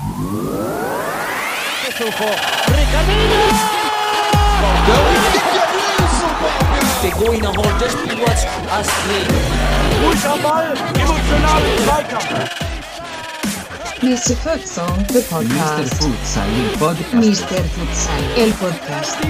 Der Goiner holt das Spiel als Ruhig am Ball, emotionalen Zweikampf. Mr. Futsal, the podcast. Mr. Futsal, el podcast.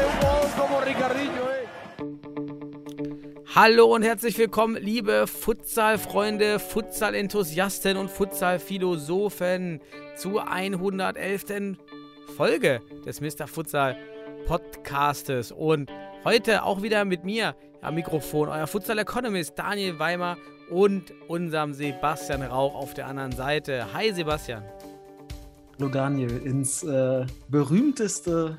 Hallo und herzlich willkommen, liebe Futsal-Freunde, Futsal-Enthusiasten und Futsal-Philosophen zur 111. Folge des Mr. Futsal Podcastes. Und heute auch wieder mit mir am Mikrofon, euer Futsal-Economist Daniel Weimer und unserem Sebastian Rauch auf der anderen Seite. Hi Sebastian. Hallo Daniel, ins berühmteste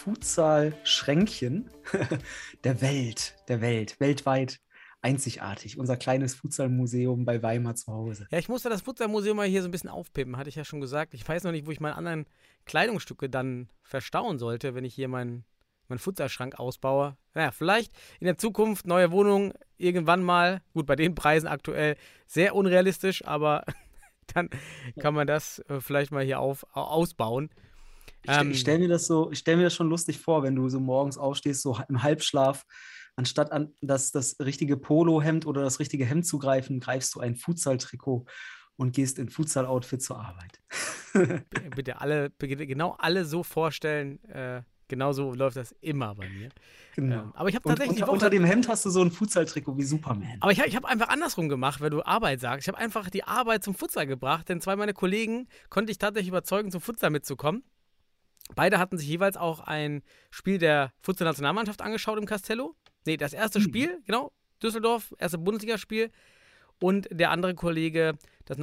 Futsal-Schränkchen der Welt, weltweit einzigartig. Unser kleines Futsal-Museum bei Weimar zu Hause. Ja, ich musste das Futsal-Museum mal hier so ein bisschen aufpippen, hatte ich ja schon gesagt. Ich weiß noch nicht, wo ich meine anderen Kleidungsstücke dann verstauen sollte, wenn ich hier meinen Futsalschrank ausbaue. Naja, vielleicht in der Zukunft neue Wohnung irgendwann mal. Gut, bei den Preisen aktuell sehr unrealistisch, aber dann kann man das vielleicht mal hier ausbauen. Ich stell mir das schon lustig vor, wenn du so morgens aufstehst, so im Halbschlaf, anstatt an das richtige Polohemd oder das richtige Hemd zu greifen, greifst du ein Futsal-Trikot und gehst in Futsal-Outfit zur Arbeit. Bitte genau alle so vorstellen, genau so läuft das immer bei mir. Genau. Aber ich habe tatsächlich unter dem Hemd hast du so ein Futsal-Trikot wie Superman. Aber ich hab einfach andersrum gemacht, wenn du Arbeit sagst. Ich habe einfach die Arbeit zum Futsal gebracht, denn zwei meiner Kollegen konnte ich tatsächlich überzeugen, zum Futsal mitzukommen. Beide hatten sich jeweils auch ein Spiel der Futsal-Nationalmannschaft angeschaut im Castello. Nee, das erste Spiel, genau, Düsseldorf, erste Bundesligaspiel. Und der andere Kollege das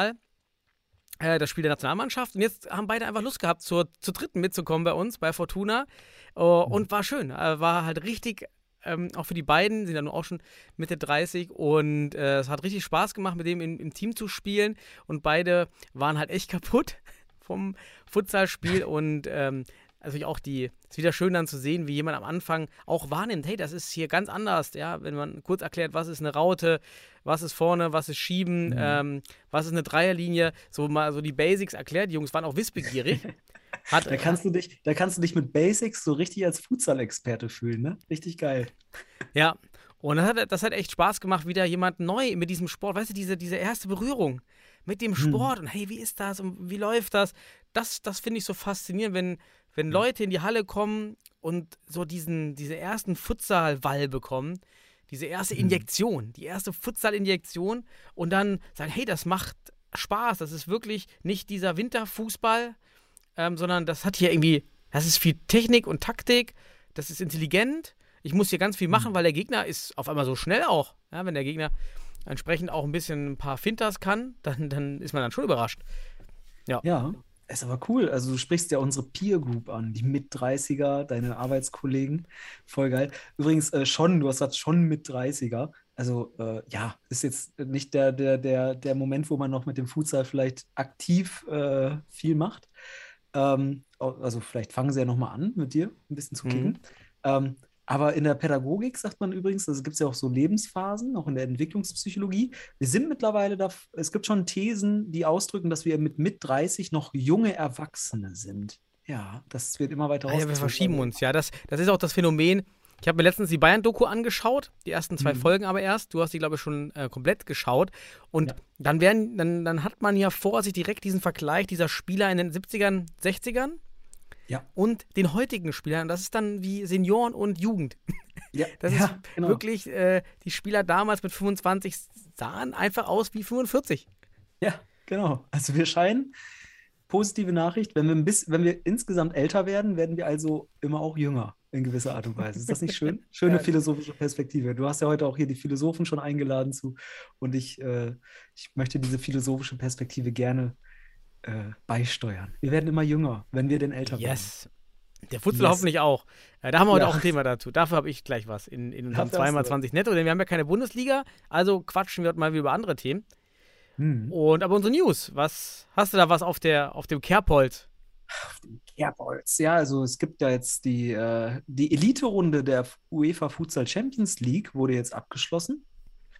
Spiel der Nationalmannschaft. Und jetzt haben beide einfach Lust gehabt, zur dritten mitzukommen bei uns, bei Fortuna. Und war schön. War halt richtig, auch für die beiden, sind ja nun auch schon Mitte 30. Und es hat richtig Spaß gemacht, mit dem im Team zu spielen. Und beide waren halt echt kaputt vom Futsalspiel. Und natürlich auch ist wieder schön dann zu sehen, wie jemand am Anfang auch wahrnimmt, hey, das ist hier ganz anders, ja, wenn man kurz erklärt, was ist eine Raute, was ist vorne, was ist Schieben, was ist eine Dreierlinie, so mal so die Basics erklärt. Die Jungs waren auch wissbegierig. Da kannst du dich mit Basics so richtig als Futsal-Experte fühlen, ne? Richtig geil. Ja. Und das hat echt Spaß gemacht, wieder jemand neu mit diesem Sport, weißt du, diese erste Berührung mit dem Sport und hey, wie ist das und wie läuft das? Das finde ich so faszinierend, wenn Leute in die Halle kommen und so diese ersten Futsal-Wall bekommen, diese erste Injektion, die erste Futsal-Injektion und dann sagen, hey, das macht Spaß, das ist wirklich nicht dieser Winterfußball, sondern das ist viel Technik und Taktik, das ist intelligent, ich muss hier ganz viel machen, weil der Gegner ist auf einmal so schnell auch, ja, wenn der Gegner entsprechend auch ein paar Fintas kann, dann ist man dann schon überrascht. Ja. Ist aber cool. Also du sprichst ja unsere Peer Group an, die Mit-30er, deine Arbeitskollegen. Voll geil. Übrigens, du hast gesagt, schon Mit-30er. Also ist jetzt nicht der Moment, wo man noch mit dem Futsal vielleicht aktiv viel macht. Also vielleicht fangen sie ja nochmal an, mit dir ein bisschen zu kicken. Aber in der Pädagogik sagt man übrigens, also gibt es ja auch so Lebensphasen, auch in der Entwicklungspsychologie. Wir sind mittlerweile es gibt schon Thesen, die ausdrücken, dass wir mit 30 noch junge Erwachsene sind. Ja, das wird immer weiter rausgezogen. Ja, wir verschieben uns, ja. Das ist auch das Phänomen. Ich habe mir letztens die Bayern-Doku angeschaut, die ersten 2 Folgen aber erst. Du hast die, glaube ich, schon komplett geschaut. Und dann hat man ja vor sich direkt diesen Vergleich dieser Spieler in den 70ern, 60ern. Ja. Und den heutigen Spielern, das ist dann wie Senioren und Jugend. Ja, das ist genau. Wirklich, die Spieler damals mit 25 sahen einfach aus wie 45. Ja, genau. Also wir scheinen, positive Nachricht, wenn wir insgesamt älter werden, werden wir also immer auch jünger in gewisser Art und Weise. Ist das nicht schön? Schöne philosophische Perspektive. Du hast ja heute auch hier die Philosophen schon eingeladen zu und ich möchte diese philosophische Perspektive gerne beisteuern. Wir werden immer jünger, wenn wir denn älter werden. Yes. Der Futsal hoffentlich auch. Da haben wir heute auch ein Thema dazu. Dafür habe ich gleich was in unserem 2x20 Netto, denn wir haben ja keine Bundesliga, also quatschen wir heute mal wieder über andere Themen. Aber unsere News, hast du da was auf dem Kerbholz? Auf dem Kerbholz, ja, also es gibt ja jetzt die Elite-Runde der UEFA Futsal Champions League wurde jetzt abgeschlossen.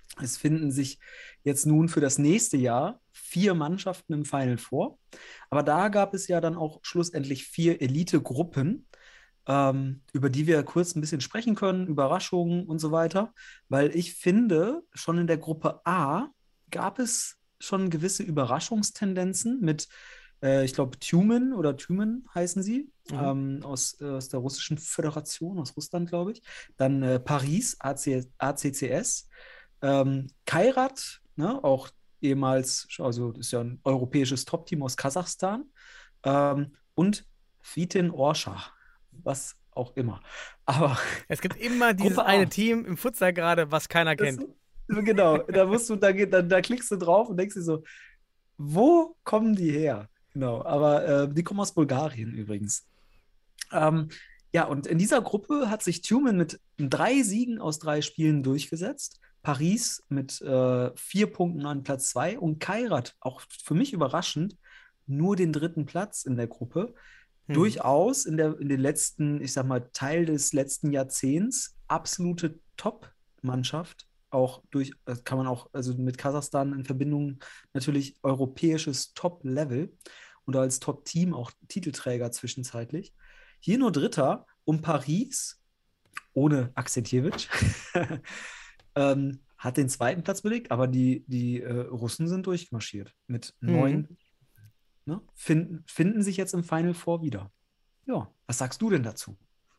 Es finden sich jetzt nun für das nächste Jahr 4 Mannschaften im Final Four. Aber da gab es ja dann auch schlussendlich 4 Elite-Gruppen, über die wir kurz ein bisschen sprechen können, Überraschungen und so weiter. Weil ich finde, schon in der Gruppe A gab es schon gewisse Überraschungstendenzen mit, ich glaube, Tjumen heißen sie, aus der Russischen Föderation, aus Russland, glaube ich. Dann Paris, ACCS. Kairat, ne, auch ehemals, also ist ja ein europäisches Top-Team aus Kasachstan. Und Vitin Orcha, was auch immer. Aber Es gibt immer dieses Gruppe A. eine Team im Futsal gerade, was keiner kennt. Genau, da klickst du drauf und denkst dir so, wo kommen die her? Genau, aber die kommen aus Bulgarien übrigens. Ja, und in dieser Gruppe hat sich Tjumen mit 3 Siegen aus 3 Spielen durchgesetzt. Paris mit 4 Punkten an Platz 2 und Kairat, auch für mich überraschend, nur den 3. Platz in der Gruppe. Durchaus in den letzten, ich sag mal, Teil des letzten Jahrzehnts absolute Top-Mannschaft. Auch kann man auch, also mit Kasachstan in Verbindung natürlich europäisches Top-Level und als Top-Team auch Titelträger zwischenzeitlich. Hier nur 3. und Paris, ohne Aksenjewitsch, hat den 2. Platz belegt, aber die Russen sind durchmarschiert mit 9. Ne? Finden sich jetzt im Final Four wieder. Ja, was sagst du denn dazu?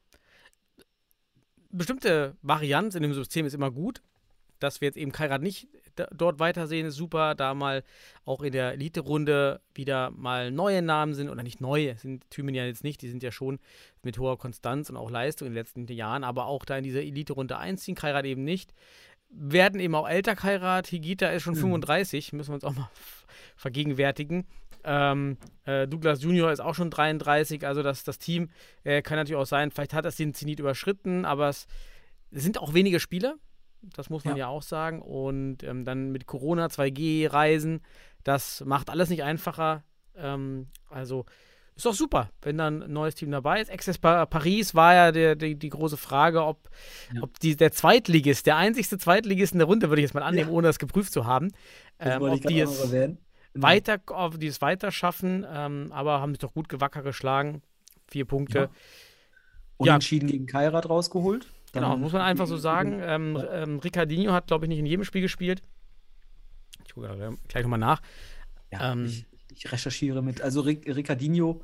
Bestimmte Varianz in dem System ist immer gut. Dass wir jetzt eben Kairat nicht dort weitersehen, ist super. Da mal auch in der Elite-Runde wieder mal neue Namen sind, oder nicht neue, sind Tjumen ja jetzt nicht, die sind ja schon mit hoher Konstanz und auch Leistung in den letzten Jahren, aber auch da in diese Elite-Runde einziehen, Kairat eben nicht. Werden eben auch älter Kairat, Higita ist schon 35, müssen wir uns auch mal vergegenwärtigen. Douglas Junior ist auch schon 33, also das Team kann natürlich auch sein, vielleicht hat das den Zenit überschritten, aber es sind auch wenige Spieler. Das muss man ja auch sagen. Und dann mit Corona, 2G-Reisen, das macht alles nicht einfacher. Also ist doch super, wenn dann ein neues Team dabei ist. Access Paris war ja die große Frage, ob der Zweitligist, der einzigste Zweitligist in der Runde, würde ich jetzt mal annehmen, ohne das geprüft zu haben, ob die es weiter schaffen, aber haben sich doch gut gewacker geschlagen. 4 Punkte. Ja. Unentschieden gegen Kairat rausgeholt. Genau, muss man einfach so sagen. Ricardinho hat, glaube ich, nicht in jedem Spiel gespielt. Ich gucke gleich nochmal nach. Ja, ich recherchiere mit. Also Ricardinho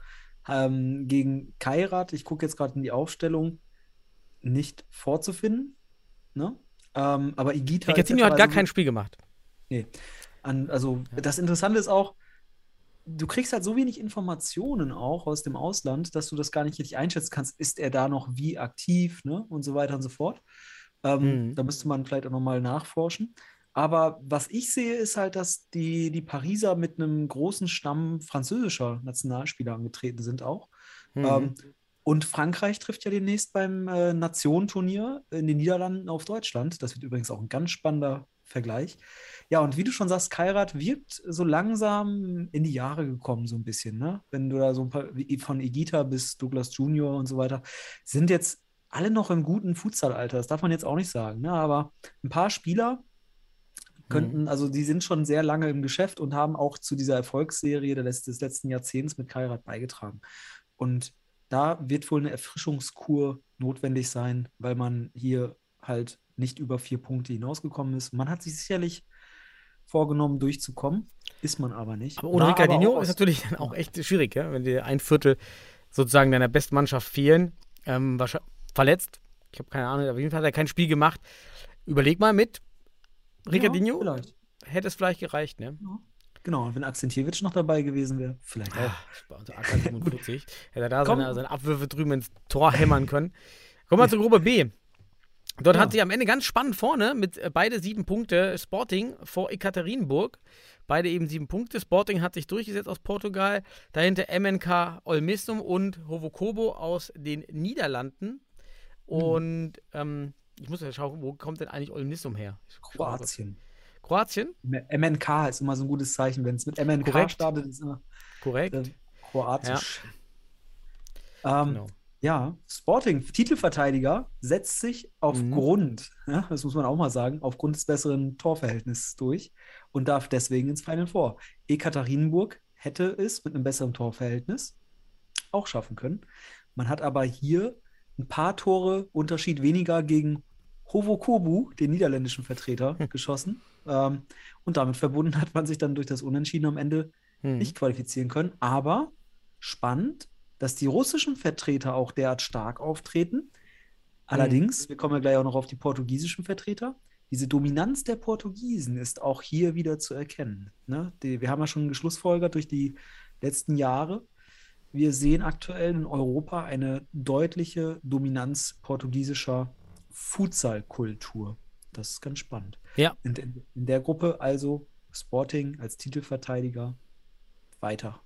gegen Kairat, ich gucke jetzt gerade in die Aufstellung, nicht vorzufinden. Ne? Aber Higita Ricardinho hat gar kein Spiel gemacht. Nee. Das Interessante ist auch, du kriegst halt so wenig Informationen auch aus dem Ausland, dass du das gar nicht richtig einschätzen kannst. Ist er da noch wie aktiv, ne? Und so weiter und so fort. Da müsste man vielleicht auch nochmal nachforschen. Aber was ich sehe, ist halt, dass die Pariser mit einem großen Stamm französischer Nationalspieler angetreten sind auch. Und Frankreich trifft ja demnächst beim Nationenturnier in den Niederlanden auf Deutschland. Das wird übrigens auch ein ganz spannender Vergleich. Ja, und wie du schon sagst, Kairat wirkt so langsam in die Jahre gekommen, so ein bisschen, ne? Wenn du da so ein paar, von Higita bis Douglas Junior und so weiter, sind jetzt alle noch im guten Futsalalter. Das darf man jetzt auch nicht sagen, ne? Aber ein paar Spieler könnten, also die sind schon sehr lange im Geschäft und haben auch zu dieser Erfolgsserie des letzten Jahrzehnts mit Kairat beigetragen. Und da wird wohl eine Erfrischungskur notwendig sein, weil man hier halt nicht über 4 Punkte hinausgekommen ist. Man hat sich sicherlich vorgenommen, durchzukommen, ist man aber nicht. Aber ohne Ricardinho ist natürlich dann auch echt schwierig, ja? Wenn dir 1/4 sozusagen deiner besten Mannschaft fehlen, verletzt. Ich habe keine Ahnung, auf jeden Fall hat er kein Spiel gemacht. Überleg mal mit Ricardinho, hätte es vielleicht gereicht, ne? Ja. Genau, wenn Aksenjewitsch noch dabei gewesen wäre, vielleicht auch. Bei unser AK 47 hätte er da seine Abwürfe drüben ins Tor hämmern können. Kommen wir zur Gruppe B. Dort hat sich am Ende ganz spannend vorne mit beide 7 Punkte Sporting vor Ekaterinburg. Beide eben 7 Punkte. Sporting hat sich durchgesetzt aus Portugal. Dahinter MNK Olmissum und Hovokobo aus den Niederlanden. Und ich muss ja schauen, wo kommt denn eigentlich Olmissum her? Kroatien. Kroatien? MNK ist immer so ein gutes Zeichen. Wenn es mit MNK startet, ist es immer korrekt. Kroatisch. Ja. Genau. Ja, Sporting, Titelverteidiger, setzt sich aufgrund, ja, das muss man auch mal sagen, aufgrund des besseren Torverhältnisses durch und darf deswegen ins Final Four. Ekaterinburg hätte es mit einem besseren Torverhältnis auch schaffen können. Man hat aber hier ein paar Tore Unterschied weniger gegen Hovokobu, den niederländischen Vertreter, geschossen. Und damit verbunden hat man sich dann durch das Unentschieden am Ende nicht qualifizieren können. Aber spannend, dass die russischen Vertreter auch derart stark auftreten. Allerdings, wir kommen ja gleich auch noch auf die portugiesischen Vertreter, diese Dominanz der Portugiesen ist auch hier wieder zu erkennen. Ne? Wir haben ja schon geschlussfolgert durch die letzten Jahre. Wir sehen aktuell in Europa eine deutliche Dominanz portugiesischer Futsal-Kultur. Das ist ganz spannend. Ja. In der Gruppe also Sporting als Titelverteidiger weiter.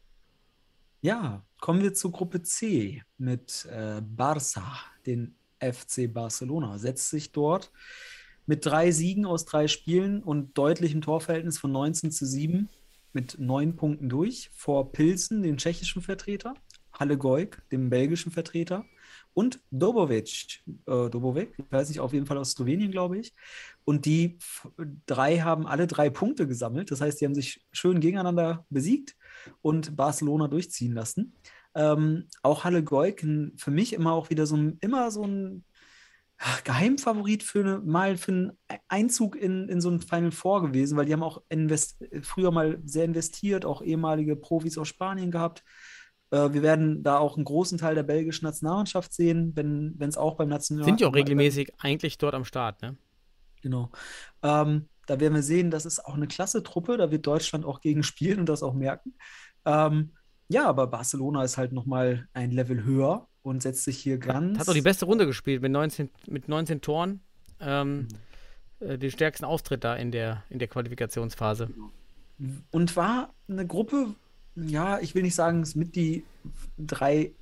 Ja, kommen wir zur Gruppe C mit Barça, den FC Barcelona. Setzt sich dort mit 3 Siegen aus 3 Spielen und deutlichem Torverhältnis von 19:7 mit 9 Punkten durch vor Pilsen, dem tschechischen Vertreter, Halle Goik, dem belgischen Vertreter und Dobovec, ich weiß nicht, auf jeden Fall aus Slowenien, glaube ich. Und die 3 haben alle 3 Punkte gesammelt. Das heißt, die haben sich schön gegeneinander besiegt und Barcelona durchziehen lassen. Auch Halle Goik, für mich immer auch wieder so ein Geheimfavorit für einen Einzug in so ein Final Four gewesen, weil die haben auch früher mal sehr investiert, auch ehemalige Profis aus Spanien gehabt. Wir werden da auch einen großen Teil der belgischen Nationalmannschaft sehen, wenn es auch beim National... Sind ja auch regelmäßig eigentlich dort am Start, ne? Genau. Da werden wir sehen, das ist auch eine klasse Truppe, da wird Deutschland auch gegen spielen und das auch merken. Ja, aber Barcelona ist halt nochmal ein Level höher und setzt sich hier ganz... Hat doch die beste Runde gespielt mit 19 Toren. Den stärksten Auftritt da in der Qualifikationsphase. Und war eine Gruppe, ja, ich will nicht sagen, es mit die 3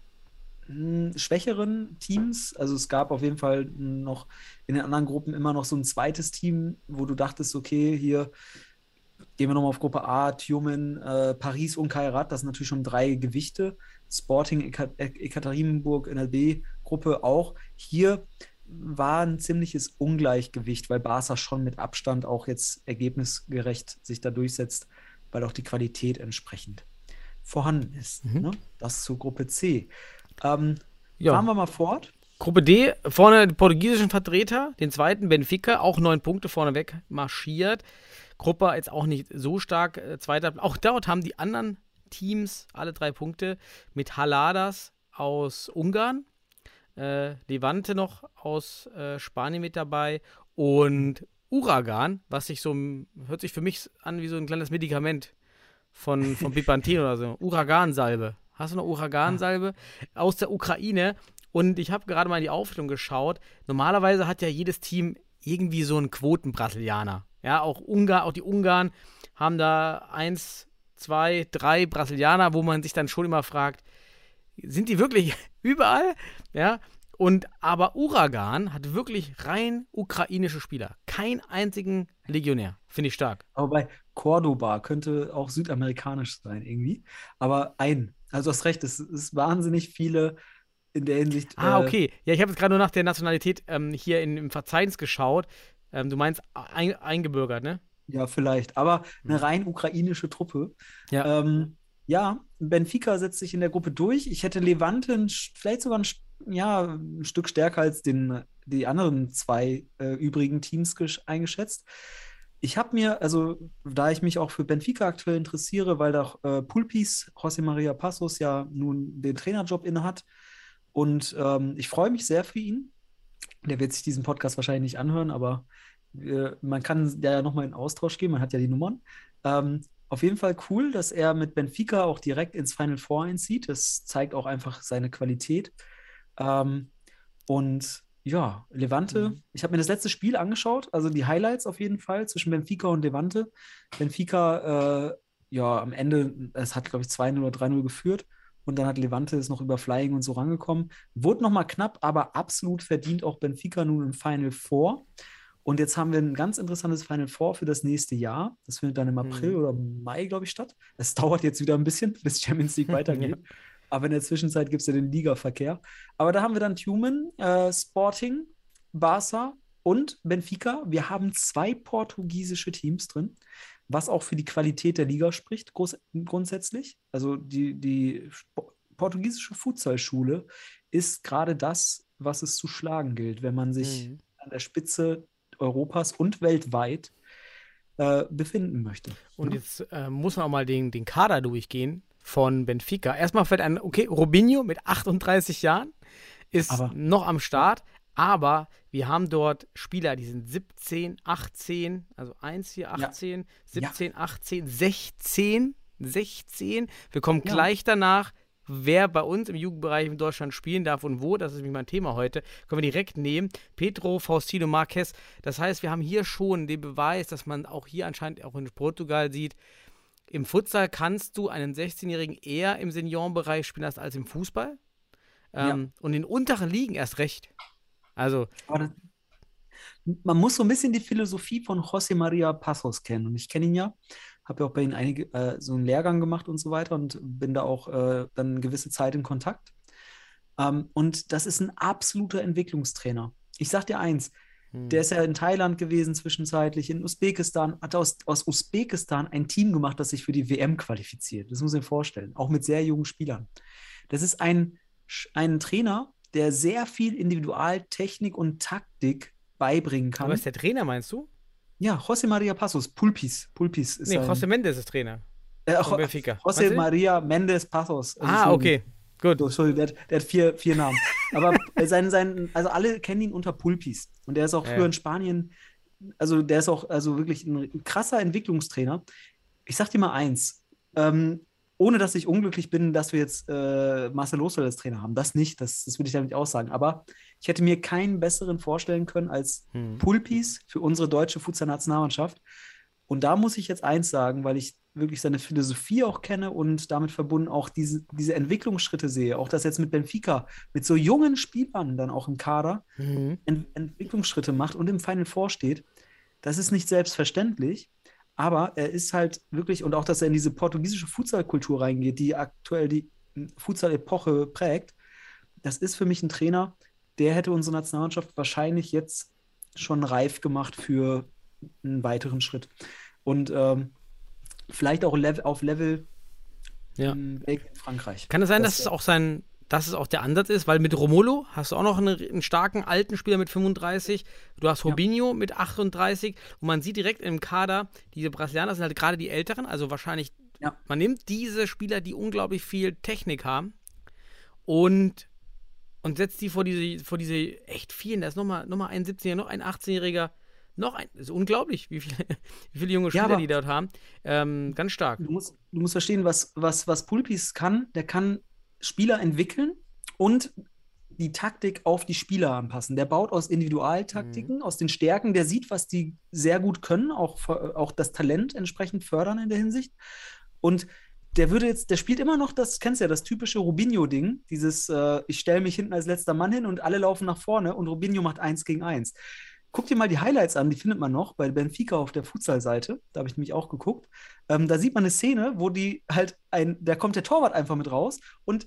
schwächeren Teams. Also es gab auf jeden Fall noch in den anderen Gruppen immer noch so ein zweites Team, wo du dachtest, okay, hier gehen wir nochmal auf Gruppe A, Tjumen, Paris und Kairat, das sind natürlich schon 3 Gewichte. Sporting, Ekaterinburg, NLB-Gruppe auch. Hier war ein ziemliches Ungleichgewicht, weil Barca schon mit Abstand auch jetzt ergebnisgerecht sich da durchsetzt, weil auch die Qualität entsprechend vorhanden ist. Ne? Das zur Gruppe C. Fahren wir mal fort. Gruppe D, vorne die portugiesischen Vertreter, den zweiten Benfica, auch 9 Punkte vorneweg marschiert. Gruppe jetzt auch nicht so stark, zweiter. Auch dort haben die anderen Teams alle 3 Punkte mit Haladas aus Ungarn, Levante noch aus Spanien mit dabei und Uragan, hört sich für mich an wie so ein kleines Medikament von Bipantin oder so. Uragan-Salbe. Hast du noch Uragan-Salbe? Aus der Ukraine. Und ich habe gerade mal in die Aufstellung geschaut. Normalerweise hat ja jedes Team irgendwie so einen Quoten-Brasilianer. Ja, auch die Ungarn haben da 1, 2, 3 Brasilianer, wo man sich dann schon immer fragt, sind die wirklich überall? Ja, aber Uragan hat wirklich rein ukrainische Spieler. Keinen einzigen Legionär. Finde ich stark. Aber bei Cordoba könnte auch südamerikanisch sein irgendwie. Aber also du hast recht, es ist wahnsinnig viele in der Hinsicht. Okay. Ja, ich habe jetzt gerade nur nach der Nationalität hier im Verzeichnis geschaut. Du meinst eingebürgert, ne? Ja, vielleicht. Aber eine rein ukrainische Truppe. Ja. Ja, Benfica setzt sich in der Gruppe durch. Ich hätte Levante vielleicht sogar ein Stück stärker als die anderen 2 übrigen Teams eingeschätzt. Ich habe mir, also da ich mich auch für Benfica aktuell interessiere, weil da Pulpis, José María Passos ja nun den Trainerjob innehat und ich freue mich sehr für ihn. Der wird sich diesen Podcast wahrscheinlich nicht anhören, aber man kann ja nochmal in Austausch gehen, man hat ja die Nummern. Auf jeden Fall cool, dass er mit Benfica auch direkt ins Final Four einzieht. Das zeigt auch einfach seine Qualität. Und ja, Levante, ich habe mir das letzte Spiel angeschaut, also die Highlights auf jeden Fall zwischen Benfica und Levante. Benfica, am Ende, es hat, glaube ich, 2-0 oder 3-0 geführt. Und dann hat Levante es noch über Flying und so rangekommen. Wurde nochmal knapp, aber absolut verdient auch Benfica nun im Final Four. Und jetzt haben wir ein ganz interessantes Final Four für das nächste Jahr. Das findet dann im April oder Mai, glaube ich, statt. Es dauert jetzt wieder ein bisschen, bis Champions League weitergeht. Aber in der Zwischenzeit gibt es ja den Ligaverkehr. Aber da haben wir dann Tumen, Sporting, Barça und Benfica. Wir haben 2 portugiesische Teams drin, was auch für die Qualität der Liga spricht, grundsätzlich. Also die portugiesische Futsalschule ist gerade das, was es zu schlagen gilt, wenn man sich an der Spitze Europas und weltweit befinden möchte. Und jetzt muss man auch mal den Kader durchgehen von Benfica. Erstmal fällt ein, okay, Robinho mit 38 Jahren ist noch am Start, aber wir haben dort Spieler, die sind 17, 18, also 1 hier 18, 17, 18, 16. Wir kommen gleich danach, wer bei uns im Jugendbereich in Deutschland spielen darf und wo. Das ist nämlich mein Thema heute. Können wir direkt nehmen. Pedro Faustino Marques. Das heißt, wir haben hier schon den Beweis, dass man auch hier anscheinend auch in Portugal sieht, im Futsal kannst du einen 16-Jährigen eher im Seniorenbereich spielen als im Fußball. Und in unteren Ligen erst recht. Also. Man muss so ein bisschen die Philosophie von José María Passos kennen. Und ich kenne ihn ja, habe ja auch bei ihm so einen Lehrgang gemacht und so weiter und bin da auch dann eine gewisse Zeit in Kontakt. Und das ist ein absoluter Entwicklungstrainer. Ich sag dir eins, der ist ja in Thailand gewesen zwischenzeitlich, in Usbekistan, hat aus Usbekistan ein Team gemacht, das sich für die WM qualifiziert. Das muss ich mir vorstellen, auch mit sehr jungen Spielern. Das ist ein Trainer, der sehr viel Individualtechnik und Taktik beibringen kann. Aber ist der Trainer, meinst du? Ja, José María Passos, Pulpis ist José Mendes ist Trainer. Von Benfica. José María Mendes Passos. Also okay. Gut. Entschuldigung, der hat vier Namen. Aber also alle kennen ihn unter Pulpis. Und der ist auch früher in Spanien, also der ist auch wirklich ein krasser Entwicklungstrainer. Ich sag dir mal eins, ohne dass ich unglücklich bin, dass wir jetzt Marcel Losel als Trainer haben. Das nicht, das will ich damit nicht aussagen. Aber ich hätte mir keinen besseren vorstellen können als Pulpis für unsere deutsche Futsal-Nationalmannschaft. Und da muss ich jetzt eins sagen, weil ich wirklich seine Philosophie auch kenne und damit verbunden auch diese Entwicklungsschritte sehe. Auch das jetzt mit Benfica, mit so jungen Spielern dann auch im Kader Entwicklungsschritte macht und im Final Four steht. Das ist nicht selbstverständlich, aber er ist halt wirklich, und auch, dass er in diese portugiesische Futsal-Kultur reingeht, die aktuell die Futsal-Epoche prägt, das ist für mich ein Trainer, der hätte unsere Nationalmannschaft wahrscheinlich jetzt schon reif gemacht für einen weiteren Schritt. Und vielleicht auch auf Level Belgien, Frankreich. Kann es sein, dass es auch der Ansatz ist, weil mit Romolo hast du auch noch einen starken alten Spieler mit 35, du hast Robinho mit 38 und man sieht direkt im Kader, diese Brasilianer sind halt gerade die Älteren, also wahrscheinlich, man nimmt diese Spieler, die unglaublich viel Technik haben und setzt die vor diese echt vielen, da ist nochmal ein 17-Jähriger, noch ein 18-Jähriger, das ist unglaublich, wie viele junge Spieler die dort haben. Ganz stark. Du musst verstehen, was Pulpis kann. Der kann Spieler entwickeln und die Taktik auf die Spieler anpassen. Der baut aus Individualtaktiken, aus den Stärken, der sieht, was die sehr gut können, auch das Talent entsprechend fördern in der Hinsicht. Und der spielt immer noch das, kennst du ja, das typische Robinho-Ding, dieses, ich stelle mich hinten als letzter Mann hin und alle laufen nach vorne und Robinho macht 1 gegen 1. Guck dir mal die Highlights an, die findet man noch bei Benfica auf der Futsal-Seite. Da habe ich nämlich auch geguckt. Da sieht man eine Szene, wo da kommt der Torwart einfach mit raus und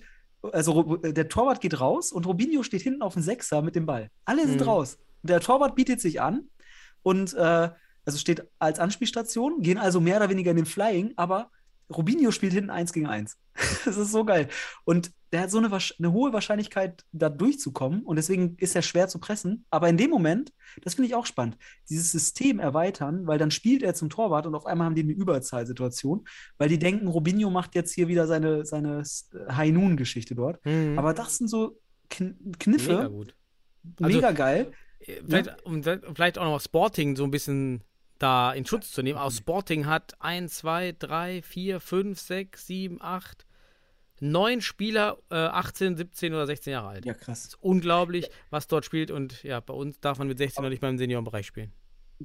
der Torwart geht raus und Robinho steht hinten auf dem Sechser mit dem Ball. Alle sind raus. Der Torwart bietet sich an und also steht als Anspielstation, gehen also mehr oder weniger in den Flying, aber Robinho spielt hinten 1 gegen 1. Das ist so geil. Und der hat so eine hohe Wahrscheinlichkeit, da durchzukommen. Und deswegen ist er schwer zu pressen. Aber in dem Moment, das finde ich auch spannend, dieses System erweitern, weil dann spielt er zum Torwart und auf einmal haben die eine Überzahlsituation, weil die denken, Robinho macht jetzt hier wieder seine High Noon-Geschichte dort. Aber das sind so Kniffe. Mega gut. Mega geil. Vielleicht auch noch Sporting so ein bisschen da in Schutz zu nehmen. Auch Sporting hat 1, 2, 3, 4, 5, 6, 7, 8, 9 Spieler, 18, 17 oder 16 Jahre alt. Ja, krass. Das ist unglaublich, was dort spielt und ja, bei uns darf man mit 16 noch nicht mal im Seniorenbereich spielen.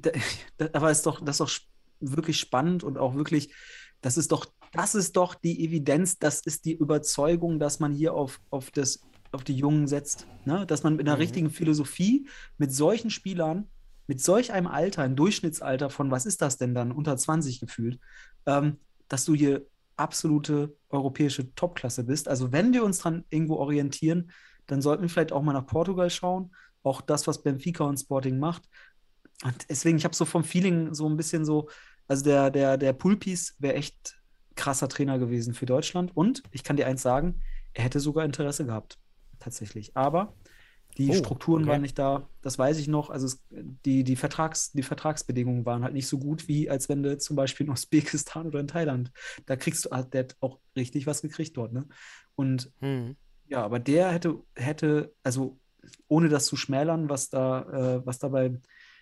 Aber das ist doch wirklich spannend und auch wirklich, das ist doch die Evidenz, das ist die Überzeugung, dass man hier auf die Jungen setzt. Ne? Dass man mit einer richtigen Philosophie mit solchen Spielern, mit solch einem Alter, ein Durchschnittsalter von, was ist das denn dann, unter 20 gefühlt, dass du hier absolute europäische Topklasse bist. Also wenn wir uns dran irgendwo orientieren, dann sollten wir vielleicht auch mal nach Portugal schauen. Auch das, was Benfica und Sporting macht. Und deswegen, ich habe so vom Feeling so ein bisschen so, also der Pulpis wäre echt krasser Trainer gewesen für Deutschland. Und ich kann dir eins sagen, er hätte sogar Interesse gehabt, tatsächlich. Aber die Strukturen waren nicht da, das weiß ich noch. Also die Vertragsbedingungen waren halt nicht so gut, wie als wenn du zum Beispiel in Usbekistan oder in Thailand, der hat auch richtig was gekriegt dort, ne? Und ja, aber der hätte, also ohne das zu schmälern, was da beim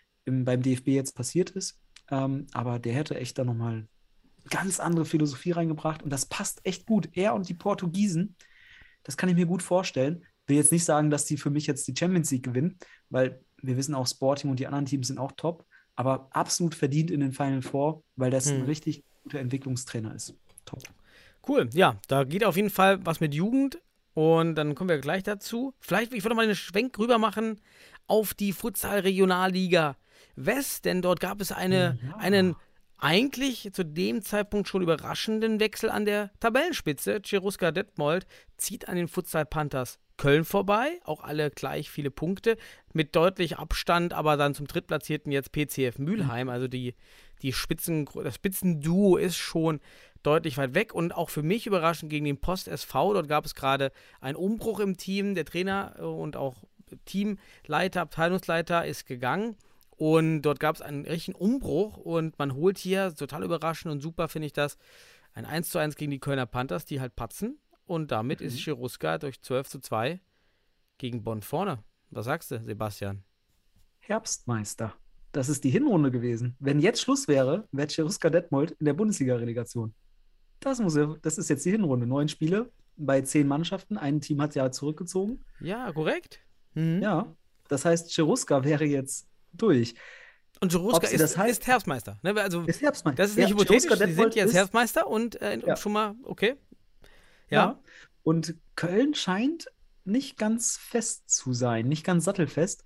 DFB jetzt passiert ist, aber der hätte echt da nochmal ganz andere Philosophie reingebracht und das passt echt gut. Er und die Portugiesen, das kann ich mir gut vorstellen. Will jetzt nicht sagen, dass die für mich jetzt die Champions League gewinnen, weil wir wissen auch, Sporting und die anderen Teams sind auch top, aber absolut verdient in den Final Four, weil das ein richtig guter Entwicklungstrainer ist. Top. Cool, ja, da geht auf jeden Fall was mit Jugend und dann kommen wir gleich dazu. Vielleicht, ich würde mal einen Schwenk rüber machen auf die Futsal-Regionalliga West, denn dort gab es einen eigentlich zu dem Zeitpunkt schon überraschenden Wechsel an der Tabellenspitze. Cheruska Detmold zieht an den Futsal Panthers Köln vorbei, auch alle gleich viele Punkte, mit deutlich Abstand, aber dann zum Drittplatzierten jetzt PCF Mülheim, also das Spitzenduo ist schon deutlich weit weg und auch für mich überraschend gegen den Post SV, dort gab es gerade einen Umbruch im Team, der Trainer und auch Teamleiter, Abteilungsleiter ist gegangen und dort gab es einen richtigen Umbruch und man holt hier, total überraschend und super finde ich das, ein 1:1 gegen die Kölner Panthers, die halt patzen. Und damit ist Cheruska durch 12:2 gegen Bonn vorne. Was sagst du, Sebastian? Herbstmeister. Das ist die Hinrunde gewesen. Wenn jetzt Schluss wäre, wäre Cheruska Detmold in der Bundesliga-Relegation. Das ist jetzt die Hinrunde. 9 Spiele bei 10 Mannschaften. Ein Team hat ja zurückgezogen. Ja, korrekt. Ja, das heißt, Cheruska wäre jetzt durch. Und Cheruska ist Herbstmeister. Ne? Also, ist Herbstmeister. Das ist nicht hypothetisch, sie sind jetzt Herbstmeister und schon mal, okay. Ja. Und Köln scheint nicht ganz fest zu sein, nicht ganz sattelfest,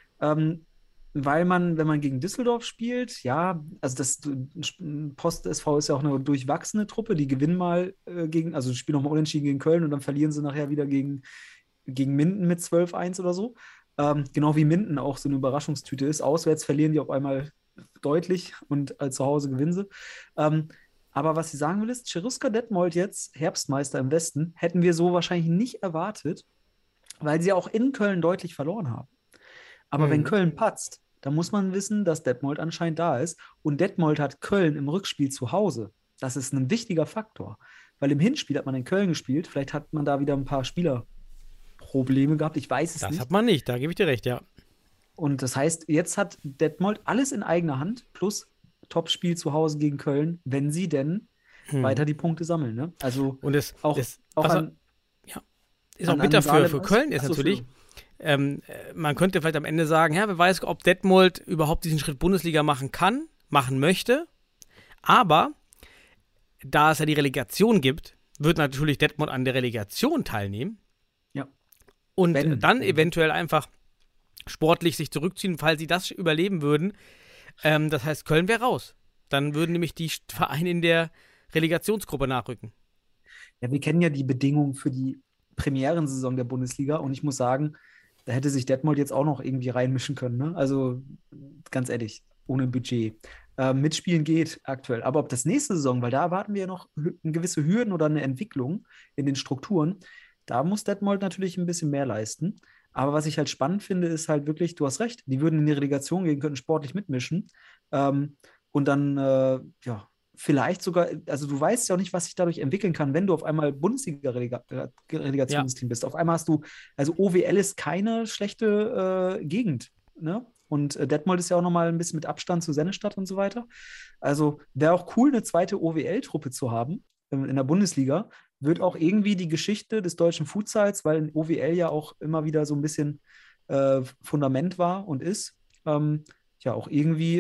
weil man, wenn man gegen Düsseldorf spielt, ja, also das Post SV ist ja auch eine durchwachsene Truppe, die gewinnen mal also spielen nochmal unentschieden gegen Köln und dann verlieren sie nachher wieder gegen Minden mit 12:1 oder so. Genau wie Minden auch so eine Überraschungstüte ist. Auswärts verlieren die auf einmal deutlich und zu Hause gewinnen sie. Aber was ich sagen will ist, Cheruska Detmold jetzt, Herbstmeister im Westen, hätten wir so wahrscheinlich nicht erwartet, weil sie auch in Köln deutlich verloren haben. Aber wenn Köln patzt, dann muss man wissen, dass Detmold anscheinend da ist. Und Detmold hat Köln im Rückspiel zu Hause. Das ist ein wichtiger Faktor. Weil im Hinspiel hat man in Köln gespielt. Vielleicht hat man da wieder ein paar Spielerprobleme gehabt. Ich weiß es nicht. Das hat man nicht, da gebe ich dir recht, ja. Und das heißt, jetzt hat Detmold alles in eigener Hand, plus Topspiel zu Hause gegen Köln, wenn sie denn weiter die Punkte sammeln. Ne? Also und es auch ist auch bitter für Köln ist natürlich. Man könnte vielleicht am Ende sagen, ja, wer weiß, ob Detmold überhaupt diesen Schritt Bundesliga machen möchte. Aber da es ja die Relegation gibt, wird natürlich Detmold an der Relegation teilnehmen. Ja. Und dann eventuell einfach sportlich sich zurückziehen, falls sie das überleben würden. Das heißt, Köln wäre raus. Dann würden nämlich die Vereine in der Relegationsgruppe nachrücken. Ja, wir kennen ja die Bedingungen für die Premierensaison der Bundesliga und ich muss sagen, da hätte sich Detmold jetzt auch noch irgendwie reinmischen können. Ne? Also ganz ehrlich, ohne Budget. Mitspielen geht aktuell. Aber ob das nächste Saison, weil da erwarten wir ja noch gewisse Hürden oder eine Entwicklung in den Strukturen, da muss Detmold natürlich ein bisschen mehr leisten. Aber was ich halt spannend finde, ist halt wirklich, du hast recht, die würden in die Relegation gehen, könnten sportlich mitmischen. Und dann, vielleicht sogar, also du weißt ja auch nicht, was sich dadurch entwickeln kann, wenn du auf einmal Bundesliga-Relegationsteam bist. Auf einmal hast du, also OWL ist keine schlechte Gegend, ne? Und Detmold ist ja auch nochmal ein bisschen mit Abstand zu Sennestadt und so weiter. Also wäre auch cool, eine zweite OWL-Truppe zu haben in der Bundesliga. Wird auch irgendwie die Geschichte des deutschen Futsals, weil in OWL ja auch immer wieder so ein bisschen Fundament war und ist, auch irgendwie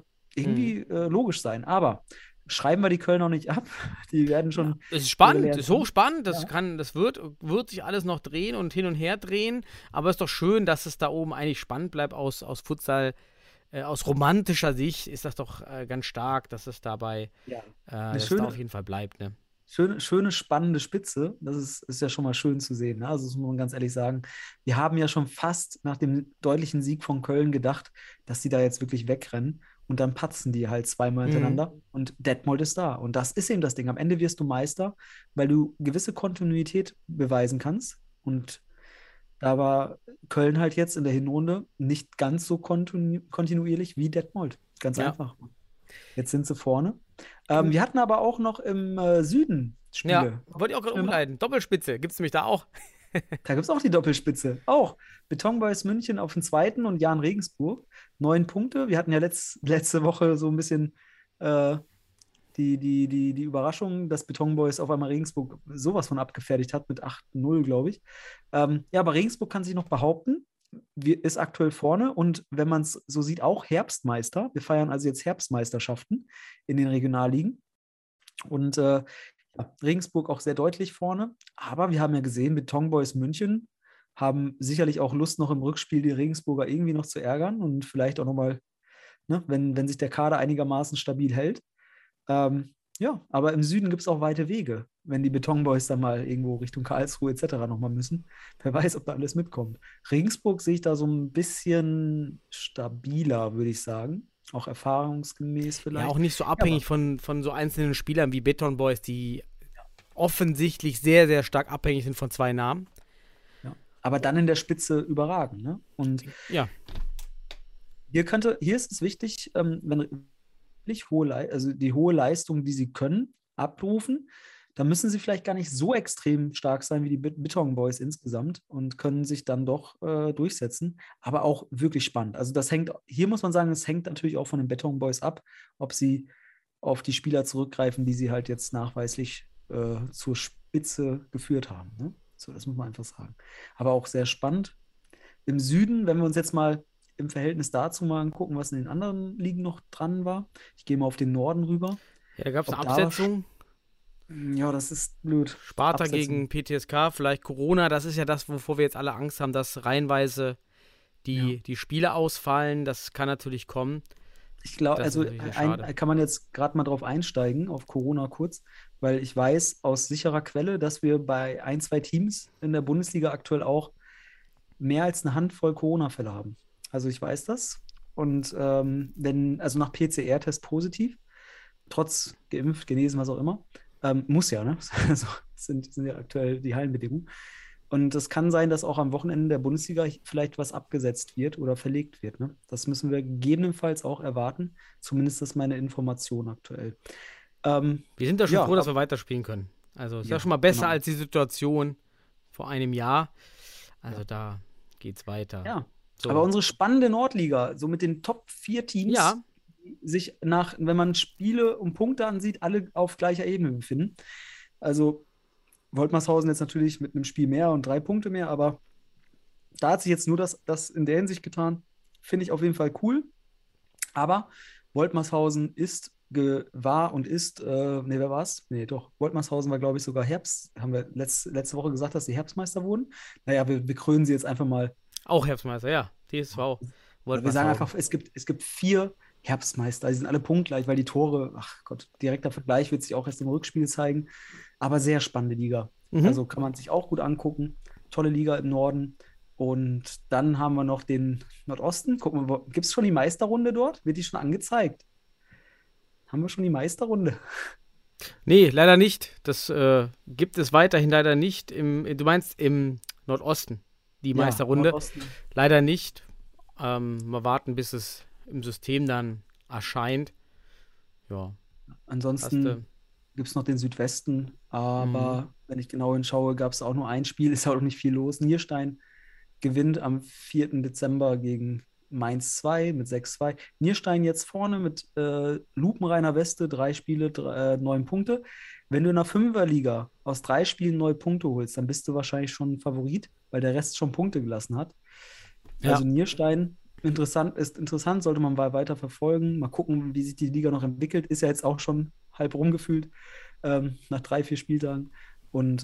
logisch sein. Aber schreiben wir die Köln noch nicht ab. Die werden schon. Es ist spannend, es ist hochspannend. Das wird sich alles noch drehen und hin und her drehen. Aber es ist doch schön, dass es da oben eigentlich spannend bleibt aus Futsal. Aus romantischer Sicht ist das doch ganz stark, dass es dabei dass es da auf jeden Fall bleibt. Ne? schöne, spannende Spitze. Das ist ja schon mal schön zu sehen. Ne? Also das muss man ganz ehrlich sagen. Wir haben ja schon fast nach dem deutlichen Sieg von Köln gedacht, dass die da jetzt wirklich wegrennen. Und dann patzen die halt zweimal hintereinander. Und Detmold ist da. Und das ist eben das Ding. Am Ende wirst du Meister, weil du gewisse Kontinuität beweisen kannst. Und da war Köln halt jetzt in der Hinrunde nicht ganz so kontinuierlich wie Detmold. Ganz Ja. einfach. Jetzt sind sie vorne. Wir hatten aber auch noch im Süden Spiele. Ja, wollte ich auch gerade umleiten. Doppelspitze, gibt es nämlich da auch. Da gibt es auch die Doppelspitze. Auch Beton Boys München auf dem zweiten und Jan Regensburg. 9 Punkte. Wir hatten ja letzte Woche so ein bisschen die Überraschung, dass Beton Boys auf einmal Regensburg sowas von abgefertigt hat mit 8-0, glaube ich. Ja, aber Regensburg kann sich noch behaupten. Ist aktuell vorne und wenn man es so sieht, auch Herbstmeister. Wir feiern also jetzt Herbstmeisterschaften in den Regionalligen. Und ja, Regensburg auch sehr deutlich vorne. Aber wir haben ja gesehen, Beton Boys München haben sicherlich auch Lust, noch im Rückspiel die Regensburger irgendwie noch zu ärgern und vielleicht auch nochmal, ne, wenn sich der Kader einigermaßen stabil hält. Ja, aber im Süden gibt es auch weite Wege, wenn die Beton Boys dann mal irgendwo Richtung Karlsruhe etc. nochmal müssen. Wer weiß, ob da alles mitkommt. Regensburg sehe ich da so ein bisschen stabiler, würde ich sagen. Auch erfahrungsgemäß vielleicht. Ja, auch nicht so abhängig von so einzelnen Spielern wie Beton Boys, die offensichtlich sehr, sehr stark abhängig sind von 2 Namen. Ja. Aber dann in der Spitze überragen. Ne? Und ja, hier ist es wichtig, wenn die hohe Leistung, die sie können, abrufen, dann müssen sie vielleicht gar nicht so extrem stark sein wie die Beton Boys insgesamt und können sich dann doch durchsetzen. Aber auch wirklich spannend. Also hier muss man sagen, es hängt natürlich auch von den Beton Boys ab, ob sie auf die Spieler zurückgreifen, die sie halt jetzt nachweislich zur Spitze geführt haben. Ne? So, das muss man einfach sagen. Aber auch sehr spannend. Im Süden, wenn wir uns jetzt mal im Verhältnis dazu mal angucken, was in den anderen Ligen noch dran war. Ich gehe mal auf den Norden rüber. Ja, da gab es eine Absetzung. Ja, das ist blöd. Sparta gegen PTSK, vielleicht Corona, das ist ja das, wovor wir jetzt alle Angst haben, dass reihenweise die Spiele ausfallen. Das kann natürlich kommen. Ich glaube, also kann man jetzt gerade mal drauf einsteigen, auf Corona kurz, weil ich weiß aus sicherer Quelle, dass wir bei 1, 2 Teams in der Bundesliga aktuell auch mehr als eine Handvoll Corona-Fälle haben. Also ich weiß das. Und also nach PCR-Test positiv, trotz geimpft, genesen, was auch immer, muss ja, ne? Also sind ja aktuell die Hallenbedingungen. Und es kann sein, dass auch am Wochenende der Bundesliga vielleicht was abgesetzt wird oder verlegt wird. Ne? Das müssen wir gegebenenfalls auch erwarten. Zumindest ist meine Information aktuell. Wir sind da schon froh, dass wir weiterspielen können. Also ist ja schon mal besser als die Situation vor einem Jahr. Also da geht's weiter. Ja. So. Aber unsere spannende Nordliga, so mit den Top 4 Teams, die sich wenn man Spiele und Punkte ansieht, alle auf gleicher Ebene befinden. Also Woltmarshausen jetzt natürlich mit einem Spiel mehr und 3 Punkte mehr, aber da hat sich jetzt nur das in der Hinsicht getan. Finde ich auf jeden Fall cool. Aber Woltmarshausen war und ist, wer war es? Nee, doch. Woltmarshausen war, glaube ich, sogar haben wir letzte Woche gesagt, dass sie Herbstmeister wurden. Naja, wir krönen sie jetzt einfach mal. Auch Herbstmeister, ja. TSV. Wir sagen einfach, es gibt 4 Herbstmeister. Die sind alle punktgleich, weil die Tore, ach Gott, direkter Vergleich wird sich auch erst im Rückspiel zeigen. Aber sehr spannende Liga. Also kann man sich auch gut angucken. Tolle Liga im Norden. Und dann haben wir noch den Nordosten. Gucken wir, gibt es schon die Meisterrunde dort? Wird die schon angezeigt? Haben wir schon die Meisterrunde? Nee, leider nicht. Das gibt es weiterhin leider nicht. Du meinst im Nordosten, die Meisterrunde. Nordosten. Leider nicht. Mal warten, bis es im System dann erscheint. Ja. Ansonsten gibt es noch den Südwesten, aber wenn ich genau hinschaue, gab es auch nur ein Spiel, ist auch nicht viel los. Nierstein gewinnt am 4. Dezember gegen Mainz 2 mit 6-2. Nierstein jetzt vorne mit lupenreiner Weste, 3 Spiele, 9 Punkte. Wenn du in der 5er-Liga aus 3 Spielen 9 Punkte holst, dann bist du wahrscheinlich schon ein Favorit, weil der Rest schon Punkte gelassen hat. Ja. Also Nierstein ist interessant, sollte man weiter verfolgen. Mal gucken, wie sich die Liga noch entwickelt. Ist ja jetzt auch schon halb rumgefühlt nach 3, 4 Spieltagen. Und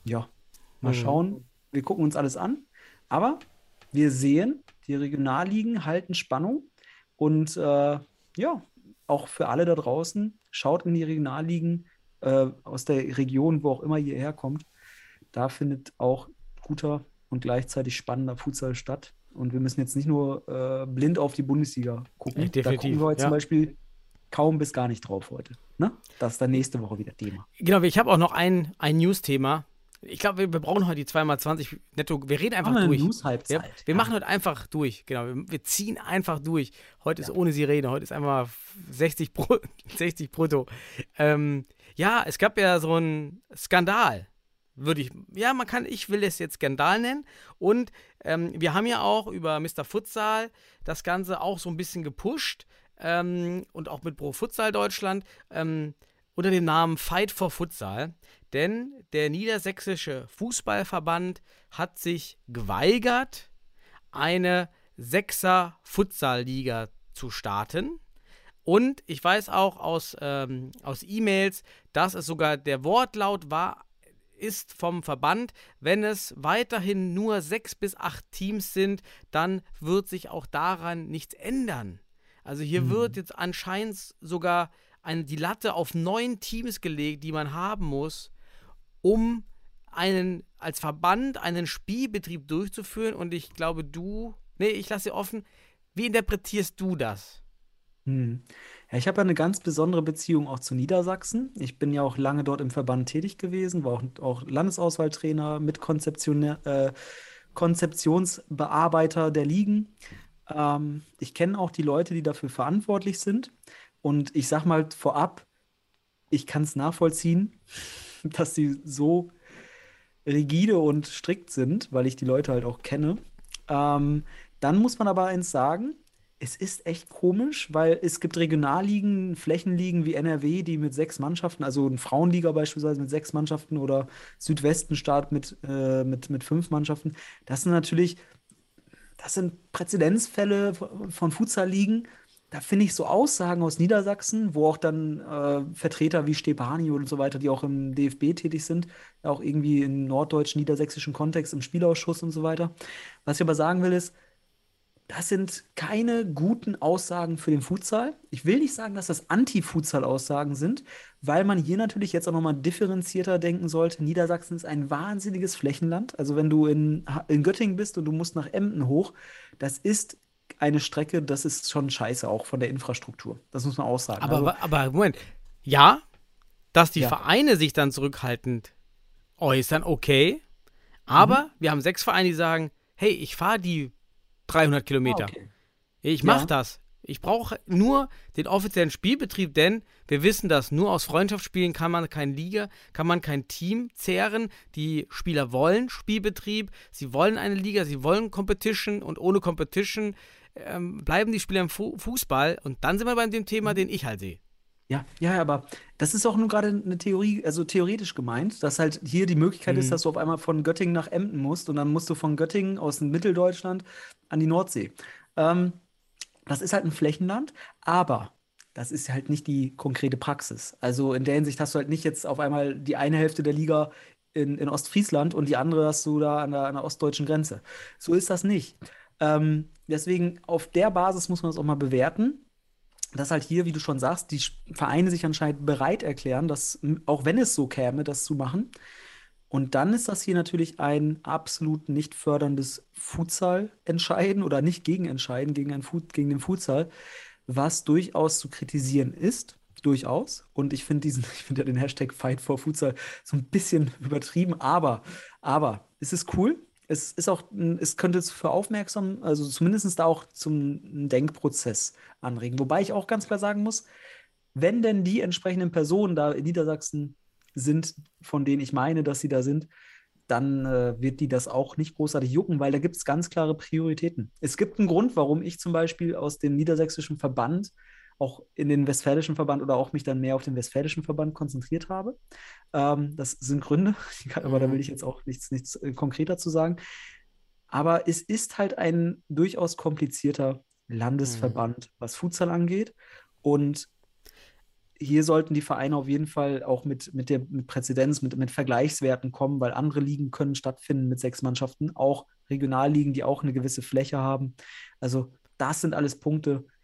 mal schauen. Wir gucken uns alles an. Aber wir sehen, die Regionalligen halten Spannung. Und auch für alle da draußen, schaut in die Regionalligen, aus der Region, wo auch immer ihr herkommt, da findet auch guter und gleichzeitig spannender Futsal statt. Und wir müssen jetzt nicht nur blind auf die Bundesliga gucken. Da Definitiv, gucken wir heute ja. zum Beispiel kaum bis gar nicht drauf heute. Ne? Das ist dann nächste Woche wieder Thema. Genau, ich habe auch noch ein News-Thema. Ich glaube, wir brauchen heute die 2x20 netto. Wir reden einfach durch. News-Halbzeit. Wir machen heute einfach durch. Genau, wir ziehen einfach durch. Heute ist ohne Sirene. Heute ist einfach 60 brutto. Ja, es gab ja so einen Skandal. Ich will es jetzt Skandal nennen. Und wir haben ja auch über Mr. Futsal das Ganze auch so ein bisschen gepusht. Und auch mit Pro Futsal Deutschland. Unter dem Namen Fight for Futsal. Denn der Niedersächsische Fußballverband hat sich geweigert, eine 6er Futsal-Liga zu starten. Und ich weiß auch aus E-Mails, dass es sogar der Wortlaut ist vom Verband, wenn es weiterhin nur 6 bis 8 Teams sind, dann wird sich auch daran nichts ändern. Also hier wird jetzt anscheinend sogar die Latte auf 9 Teams gelegt, die man haben muss, um als Verband einen Spielbetrieb durchzuführen. Und ich glaube, ich lasse dir offen, wie interpretierst du das? Ja, ich habe ja eine ganz besondere Beziehung auch zu Niedersachsen. Ich bin ja auch lange dort im Verband tätig gewesen, war auch Landesauswahltrainer, Konzeptionsbearbeiter der Ligen. Ich kenne auch die Leute, die dafür verantwortlich sind. Und ich sag mal vorab, ich kann es nachvollziehen, dass sie so rigide und strikt sind, weil ich die Leute halt auch kenne. Dann muss man aber eins sagen, es ist echt komisch, weil es gibt Regionalligen, Flächenligen wie NRW, die mit 6 Mannschaften, also eine Frauenliga beispielsweise mit 6 Mannschaften oder Südwestenstaat mit 5 Mannschaften. Das sind Präzedenzfälle von Futsal-Ligen. Da finde ich so Aussagen aus Niedersachsen, wo auch dann Vertreter wie Stepani und so weiter, die auch im DFB tätig sind, auch irgendwie im norddeutschen, niedersächsischen Kontext, im Spielausschuss und so weiter. Was ich aber sagen will, ist, das sind keine guten Aussagen für den Futsal. Ich will nicht sagen, dass das Anti-Futsal-Aussagen sind, weil man hier natürlich jetzt auch nochmal differenzierter denken sollte. Niedersachsen ist ein wahnsinniges Flächenland. Also wenn du in Göttingen bist und du musst nach Emden hoch, das ist eine Strecke, das ist schon scheiße, auch von der Infrastruktur. Das muss man auch sagen. Aber Moment, ja, dass die Vereine sich dann zurückhaltend äußern, okay, aber wir haben 6 Vereine, die sagen, hey, ich fahre die 300 Kilometer. Okay. Ich mache das. Ich brauche nur den offiziellen Spielbetrieb, denn wir wissen, dass nur aus Freundschaftsspielen kann man kein Team zehren. Die Spieler wollen Spielbetrieb, sie wollen eine Liga, sie wollen Competition und ohne Competition bleiben die Spieler im Fußball. Und dann sind wir bei dem Thema, den ich halt sehe. Ja, aber das ist auch nur gerade eine Theorie, also theoretisch gemeint, dass halt hier die Möglichkeit ist, dass du auf einmal von Göttingen nach Emden musst und dann musst du von Göttingen aus Mitteldeutschland an die Nordsee. Das ist halt ein Flächenland, aber das ist halt nicht die konkrete Praxis. Also in der Hinsicht hast du halt nicht jetzt auf einmal die eine Hälfte der Liga in Ostfriesland und die andere hast du da an der ostdeutschen Grenze. So ist das nicht. Deswegen auf der Basis muss man das auch mal bewerten. Dass halt hier, wie du schon sagst, die Vereine sich anscheinend bereit erklären, dass, auch wenn es so käme, das zu machen. Und dann ist das hier natürlich ein absolut nicht förderndes Futsal-Entscheiden oder nicht Gegenentscheiden gegen den Futsal, was durchaus zu kritisieren ist. Durchaus. Und ich finde ja den Hashtag Fight for Futsal so ein bisschen übertrieben, aber es ist cool. Es könnte für also zumindest da auch zum Denkprozess anregen. Wobei ich auch ganz klar sagen muss, wenn denn die entsprechenden Personen da in Niedersachsen sind, von denen ich meine, dass sie da sind, dann wird die das auch nicht großartig jucken, weil da gibt es ganz klare Prioritäten. Es gibt einen Grund, warum ich zum Beispiel aus dem niedersächsischen Verband auch in den westfälischen Verband oder auch mich dann mehr auf den westfälischen Verband konzentriert habe. Das sind Gründe, aber da will ich jetzt auch nichts konkreter zu sagen. Aber es ist halt ein durchaus komplizierter Landesverband, was Futsal angeht. Und hier sollten die Vereine auf jeden Fall auch mit Präzedenz, mit Vergleichswerten kommen, weil andere Ligen können stattfinden mit 6 Mannschaften, auch Regionalligen, die auch eine gewisse Fläche haben. Also das sind alles Punkte,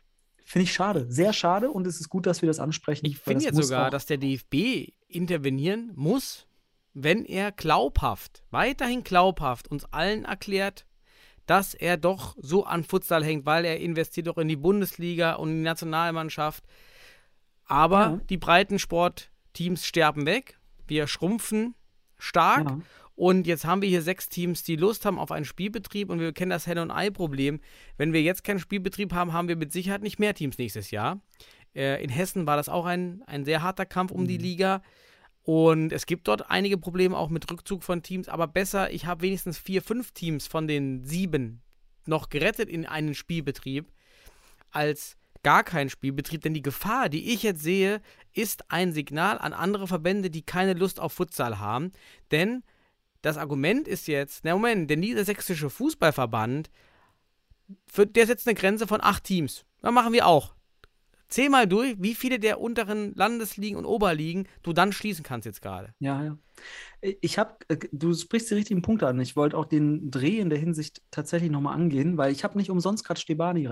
Finde ich schade, sehr schade, und es ist gut, dass wir das ansprechen. Ich finde jetzt sogar, dass der DFB intervenieren muss, wenn er weiterhin glaubhaft uns allen erklärt, dass er doch so an Futsal hängt, weil er investiert doch in die Bundesliga und in die Nationalmannschaft. Aber die Breitensportteams sterben weg, wir schrumpfen stark. Ja. Und jetzt haben wir hier 6 Teams, die Lust haben auf einen Spielbetrieb, und wir kennen das Henne- und Ei-Problem. Wenn wir jetzt keinen Spielbetrieb haben, haben wir mit Sicherheit nicht mehr Teams nächstes Jahr. In Hessen war das auch ein sehr harter Kampf um die Liga, und es gibt dort einige Probleme auch mit Rückzug von Teams, aber besser, ich habe wenigstens 4, 5 Teams von den 7 noch gerettet in einen Spielbetrieb, als gar keinen Spielbetrieb, denn die Gefahr, die ich jetzt sehe, ist ein Signal an andere Verbände, die keine Lust auf Futsal haben, denn das Argument ist jetzt, der Niedersächsische Fußballverband, der setzt eine Grenze von 8 Teams. Das machen wir auch. Zähl mal durch, wie viele der unteren Landesligen und Oberligen du dann schließen kannst jetzt gerade. Ja. Du sprichst die richtigen Punkte an. Ich wollte auch den Dreh in der Hinsicht tatsächlich nochmal angehen, weil ich habe nicht umsonst gerade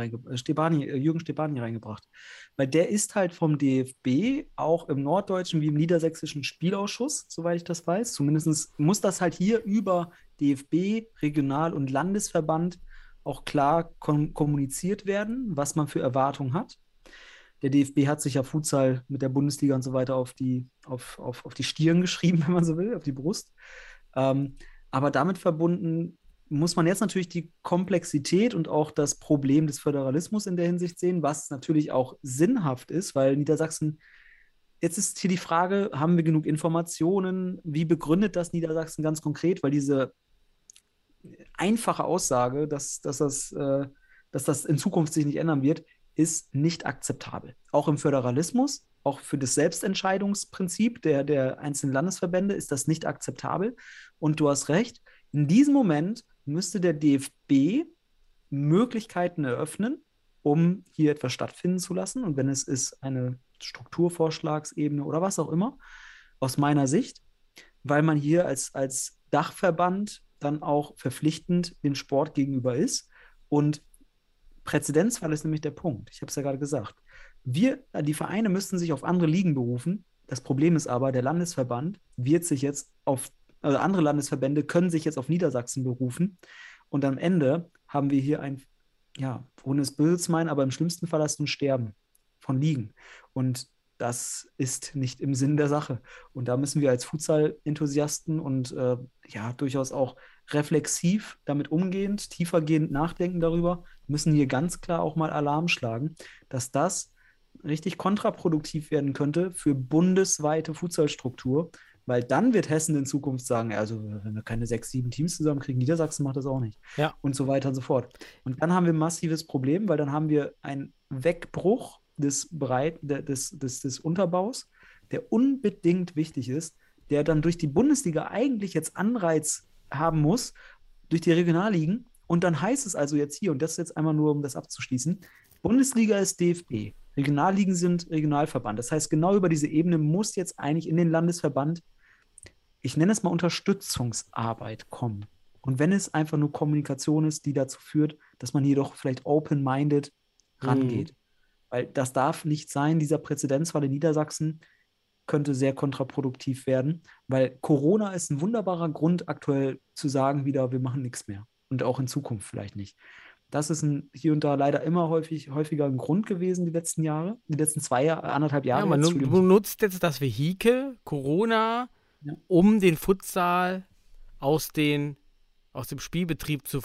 Jürgen Stebani reingebracht. Weil der ist halt vom DFB auch im norddeutschen wie im niedersächsischen Spielausschuss, soweit ich das weiß. Zumindest muss das halt hier über DFB, Regional- und Landesverband auch klar kommuniziert werden, was man für Erwartungen hat. Der DFB hat sich ja Futsal mit der Bundesliga und so weiter auf die Stirn geschrieben, wenn man so will, auf die Brust. Aber damit verbunden muss man jetzt natürlich die Komplexität und auch das Problem des Föderalismus in der Hinsicht sehen, was natürlich auch sinnhaft ist, weil Niedersachsen, jetzt ist hier die Frage, haben wir genug Informationen? Wie begründet das Niedersachsen ganz konkret? Weil diese einfache Aussage, dass das in Zukunft sich nicht ändern wird, ist nicht akzeptabel. Auch im Föderalismus, auch für das Selbstentscheidungsprinzip der einzelnen Landesverbände ist das nicht akzeptabel. Und du hast recht, in diesem Moment müsste der DFB Möglichkeiten eröffnen, um hier etwas stattfinden zu lassen. Und wenn es ist eine Strukturvorschlagsebene oder was auch immer, aus meiner Sicht, weil man hier als Dachverband dann auch verpflichtend dem Sport gegenüber ist. Und Präzedenzfall ist nämlich der Punkt. Ich habe es ja gerade gesagt. Die Vereine müssten sich auf andere Ligen berufen. Das Problem ist aber, der Landesverband wird sich jetzt andere Landesverbände können sich jetzt auf Niedersachsen berufen. Und am Ende haben wir hier ohne es böse zu meinen, aber im schlimmsten Fall hast du ein Sterben von Ligen. Und das ist nicht im Sinn der Sache. Und da müssen wir als Futsal-Enthusiasten und durchaus auch reflexiv damit umgehend, tiefergehend nachdenken darüber, müssen hier ganz klar auch mal Alarm schlagen, dass das richtig kontraproduktiv werden könnte für bundesweite Futsalstruktur, weil dann wird Hessen in Zukunft sagen, also wenn wir keine 6, 7 Teams zusammenkriegen, Niedersachsen macht das auch nicht. Ja. Und so weiter und so fort. Und dann haben wir ein massives Problem, weil dann haben wir einen Wegbruch des Unterbaus, der unbedingt wichtig ist, der dann durch die Bundesliga eigentlich jetzt Anreiz haben muss, durch die Regionalligen. Und dann heißt es also jetzt hier, und das jetzt einmal nur, um das abzuschließen, Bundesliga ist DFB, Regionalligen sind Regionalverband. Das heißt, genau über diese Ebene muss jetzt eigentlich in den Landesverband, ich nenne es mal Unterstützungsarbeit kommen. Und wenn es einfach nur Kommunikation ist, die dazu führt, dass man hier doch vielleicht open-minded rangeht. Weil das darf nicht sein, dieser Präzedenzfall in Niedersachsen könnte sehr kontraproduktiv werden, weil Corona ist ein wunderbarer Grund, aktuell zu sagen wieder, wir machen nichts mehr und auch in Zukunft vielleicht nicht. Das ist hier und da leider immer häufiger ein Grund gewesen die letzten Jahre, die letzten 1,5 Jahre. Ja, man nutzt jetzt das Vehikel Corona, um den Futsal aus dem Spielbetrieb zu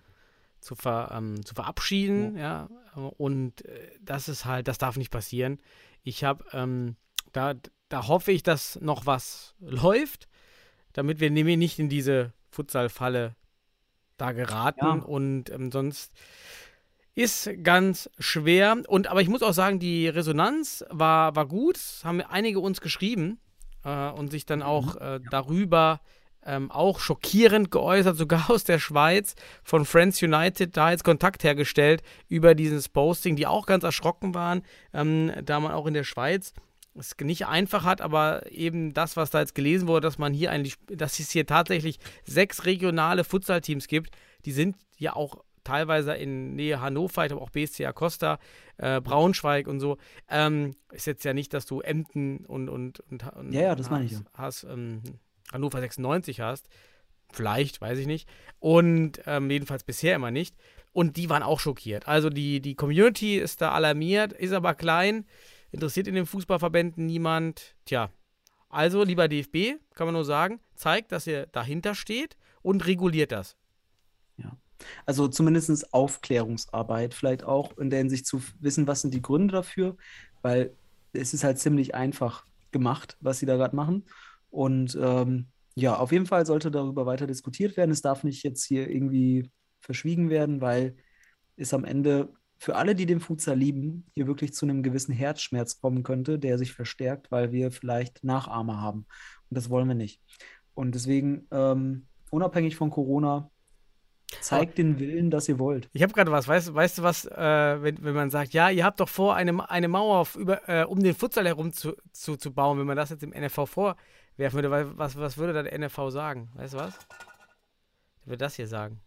verabschieden, ja. Und das ist halt, das darf nicht passieren. Ich habe, da hoffe ich, dass noch was läuft, damit wir nämlich nicht in diese Futsal-Falle da geraten. Ja. Und sonst ist ganz schwer. Aber ich muss auch sagen, die Resonanz war gut. Es haben einige uns geschrieben und sich dann auch darüber auch schockierend geäußert, sogar aus der Schweiz, von Friends United, da jetzt Kontakt hergestellt über dieses Posting, die auch ganz erschrocken waren, da man auch in der Schweiz es nicht einfach hat, aber eben das, was da jetzt gelesen wurde, dass es hier tatsächlich 6 regionale Futsal-Teams gibt, die sind ja auch teilweise in Nähe Hannover, ich habe auch BSC Acosta, Braunschweig und so. Ist jetzt ja nicht, dass du Emden und Ja, das meine ich ja. Hannover 96 hast. Vielleicht, weiß ich nicht. Und jedenfalls bisher immer nicht. Und die waren auch schockiert. Also die Community ist da alarmiert, ist aber klein, interessiert in den Fußballverbänden niemand. Tja, also lieber DFB, kann man nur sagen, zeigt, dass ihr dahinter steht und reguliert das. Ja. Also zumindest Aufklärungsarbeit, vielleicht auch in der Hinsicht zu wissen, was sind die Gründe dafür, weil es ist halt ziemlich einfach gemacht, was sie da gerade machen. Und ja, auf jeden Fall sollte darüber weiter diskutiert werden. Es darf nicht jetzt hier irgendwie verschwiegen werden, weil es am Ende für alle, die den Futsal lieben, hier wirklich zu einem gewissen Herzschmerz kommen könnte, der sich verstärkt, weil wir vielleicht Nachahmer haben. Und das wollen wir nicht. Und deswegen, unabhängig von Corona, zeigt den Willen, dass ihr wollt. Ich habe gerade was, weißt du was, wenn man sagt, ja, ihr habt doch vor, eine Mauer um den Futsal herum zu bauen, wenn man das jetzt dem NFV vorwerfen würde, was würde da der NFV sagen? Weißt du was? Der würde das hier sagen.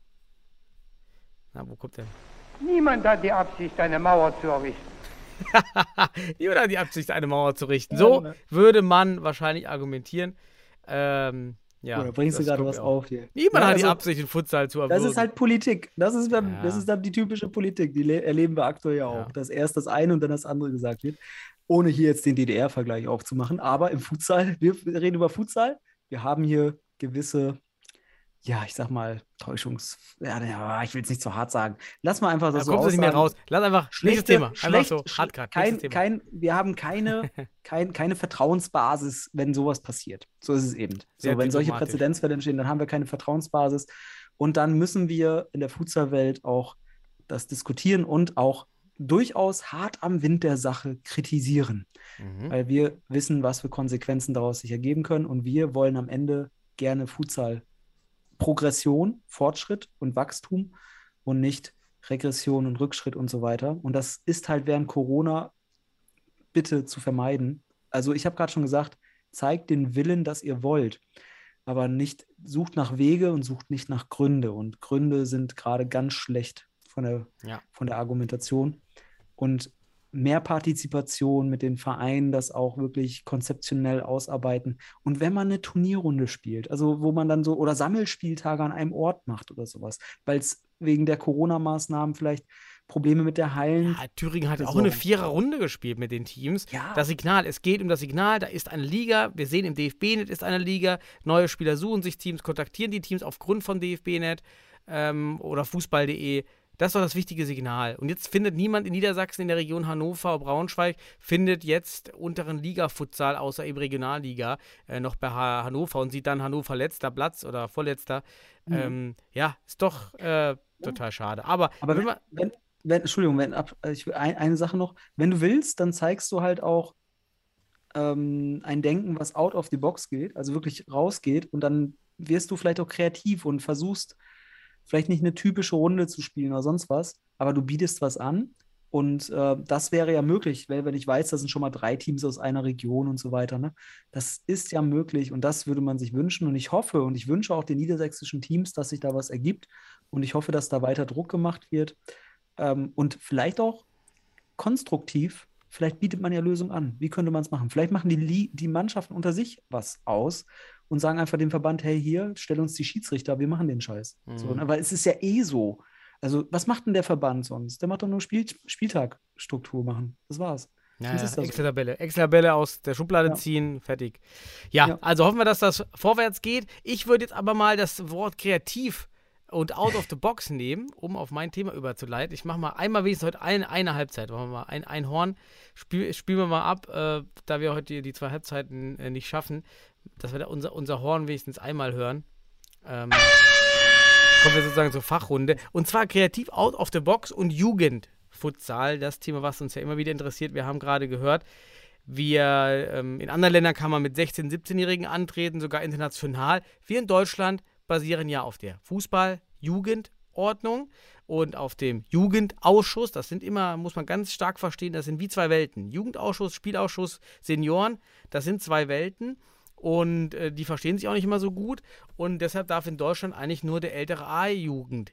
Na, wo kommt der? Niemand hat die Absicht, eine Mauer zu errichten. Niemand hat die Absicht, eine Mauer zu richten. So würde man wahrscheinlich argumentieren. Ja, da bringst du gerade was auf hier. Niemand hat die Absicht, den Futsal zu erwürgen. Das ist halt Politik. Das ist dann die typische Politik. Die erleben wir aktuell ja auch. Dass erst das eine und dann das andere gesagt wird. Ohne hier jetzt den DDR-Vergleich aufzumachen. Aber im Futsal, wir reden über Futsal. Wir haben hier gewisse, ja, ich sag mal, ich will es nicht zu hart sagen. Lass mal einfach das so kommst du nicht mehr raus. Lass einfach, nächstes Thema. Einfach so, wir haben keine Vertrauensbasis, wenn sowas passiert. So ist es eben. So, wenn solche Präzedenzfälle entstehen, dann haben wir keine Vertrauensbasis. Und dann müssen wir in der Futsal-Welt auch das diskutieren und auch durchaus hart am Wind der Sache kritisieren. Weil wir wissen, was für Konsequenzen daraus sich ergeben können. Und wir wollen am Ende gerne Futsal Progression, Fortschritt und Wachstum und nicht Regression und Rückschritt und so weiter. Und das ist halt während Corona bitte zu vermeiden. Also ich habe gerade schon gesagt, zeigt den Willen, dass ihr wollt, aber nicht sucht nach Wege und sucht nicht nach Gründe. Und Gründe sind gerade ganz schlecht von der Argumentation. Und mehr Partizipation mit den Vereinen, das auch wirklich konzeptionell ausarbeiten. Und wenn man eine Turnierrunde spielt, also wo man dann so, oder Sammelspieltage an einem Ort macht oder sowas, weil es wegen der Corona-Maßnahmen vielleicht Probleme mit der Hallen. Ja, Thüringen hat auch eine 4er-Runde gespielt mit den Teams. Ja. Das Signal, es geht um das Signal, da ist eine Liga, wir sehen im DFB-Net ist eine Liga, neue Spieler suchen sich Teams, kontaktieren die Teams aufgrund von DFB-Net oder Fußball.de. Das ist doch das wichtige Signal. Und jetzt findet niemand in Niedersachsen in der Region Hannover oder Braunschweig, findet jetzt unteren Liga-Futsal außer eben Regionalliga noch bei Hannover und sieht dann Hannover letzter Platz oder vorletzter. Ja, ist doch total schade. Aber Entschuldigung, eine Sache noch. Wenn du willst, dann zeigst du halt auch ein Denken, was out of the box geht, also wirklich rausgeht und dann wirst du vielleicht auch kreativ und versuchst vielleicht nicht eine typische Runde zu spielen oder sonst was, aber du bietest was an und das wäre ja möglich, weil wenn ich weiß, das sind schon mal 3 Teams aus einer Region und so weiter, ne? Das ist ja möglich und das würde man sich wünschen und ich hoffe und ich wünsche auch den niedersächsischen Teams, dass sich da was ergibt und ich hoffe, dass da weiter Druck gemacht wird und vielleicht auch konstruktiv, vielleicht bietet man ja Lösungen an. Wie könnte man es machen? Vielleicht machen die Mannschaften unter sich was aus und sagen einfach dem Verband, hey, hier, stell uns die Schiedsrichter, wir machen den Scheiß. So, ne? Weil es ist ja so. Also, was macht denn der Verband sonst? Der macht doch nur Spieltagstruktur machen. Das war's. Ja, Excel-Tabelle aus der Schublade ziehen, fertig. Ja, also hoffen wir, dass das vorwärts geht. Ich würde jetzt aber mal das Wort kreativ und out of the box nehmen, um auf mein Thema überzuleiten. Ich mache mal einmal wenigstens heute eine Halbzeit. Machen wir mal ein Horn. Spielen wir mal ab, da wir heute die 2 Halbzeiten nicht schaffen, dass wir da unser Horn wenigstens einmal hören. Kommen wir sozusagen zur Fachrunde. Und zwar kreativ out of the box und Jugendfutsal. Das Thema, was uns ja immer wieder interessiert. Wir haben gerade gehört, in anderen Ländern kann man mit 16-, 17-Jährigen antreten, sogar international. Wir in Deutschland basieren ja auf der Fußball-Jugendordnung und auf dem Jugendausschuss. Das sind immer, muss man ganz stark verstehen, das sind wie 2 Welten. Jugendausschuss, Spielausschuss, Senioren, das sind 2 Welten und die verstehen sich auch nicht immer so gut und deshalb darf in Deutschland eigentlich nur der ältere A-Jugend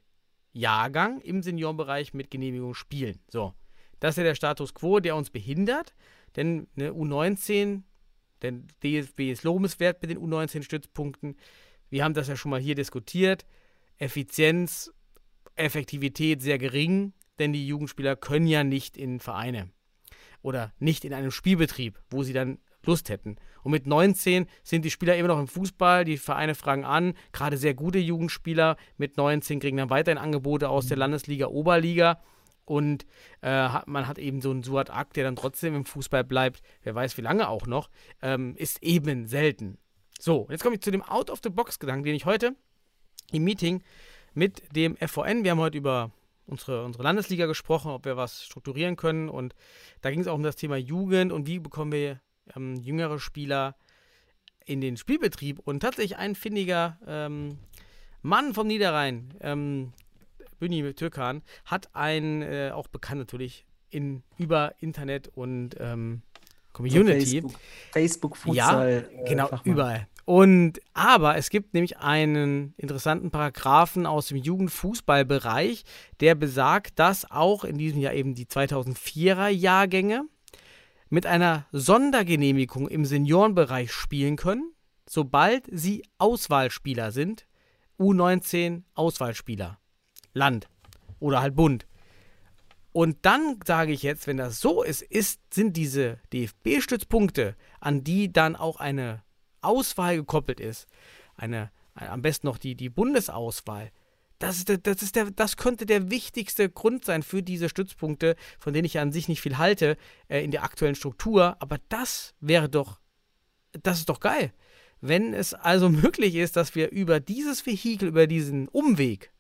Jahrgang im Seniorenbereich mit Genehmigung spielen. So, das ist ja der Status quo, der uns behindert, denn eine U19, der DFB ist lobenswert mit den U19-Stützpunkten. Wir haben das ja schon mal hier diskutiert. Effizienz, Effektivität sehr gering, denn die Jugendspieler können ja nicht in Vereine oder nicht in einem Spielbetrieb, wo sie dann Lust hätten. Und mit 19 sind die Spieler immer noch im Fußball, die Vereine fragen an, gerade sehr gute Jugendspieler mit 19 kriegen dann weiterhin Angebote aus der Landesliga, Oberliga und man hat eben so einen Suat Ak, der dann trotzdem im Fußball bleibt, wer weiß wie lange auch noch, ist eben selten. So, jetzt komme ich zu dem Out-of-the-Box-Gedanken, den ich heute im Meeting mit dem FVN, wir haben heute über unsere Landesliga gesprochen, ob wir was strukturieren können und da ging es auch um das Thema Jugend und wie bekommen wir jüngere Spieler in den Spielbetrieb und tatsächlich ein findiger Mann vom Niederrhein, Bünni Türkan, hat auch bekannt natürlich über Internet und Community. Facebook Futsal. Ja, genau, überall. Aber es gibt nämlich einen interessanten Paragraphen aus dem Jugendfußballbereich, der besagt, dass auch in diesem Jahr eben die 2004er Jahrgänge mit einer Sondergenehmigung im Seniorenbereich spielen können, sobald sie Auswahlspieler sind, U19 Auswahlspieler, Land oder halt Bund. Und dann sage ich jetzt, wenn das so ist, sind diese DFB-Stützpunkte, an die dann auch eine Auswahl gekoppelt ist, am besten noch die Bundesauswahl, das könnte der wichtigste Grund sein für diese Stützpunkte, von denen ich ja an sich nicht viel halte, in der aktuellen Struktur. Aber das ist doch geil. Wenn es also möglich ist, dass wir über dieses Vehikel, über diesen Umweg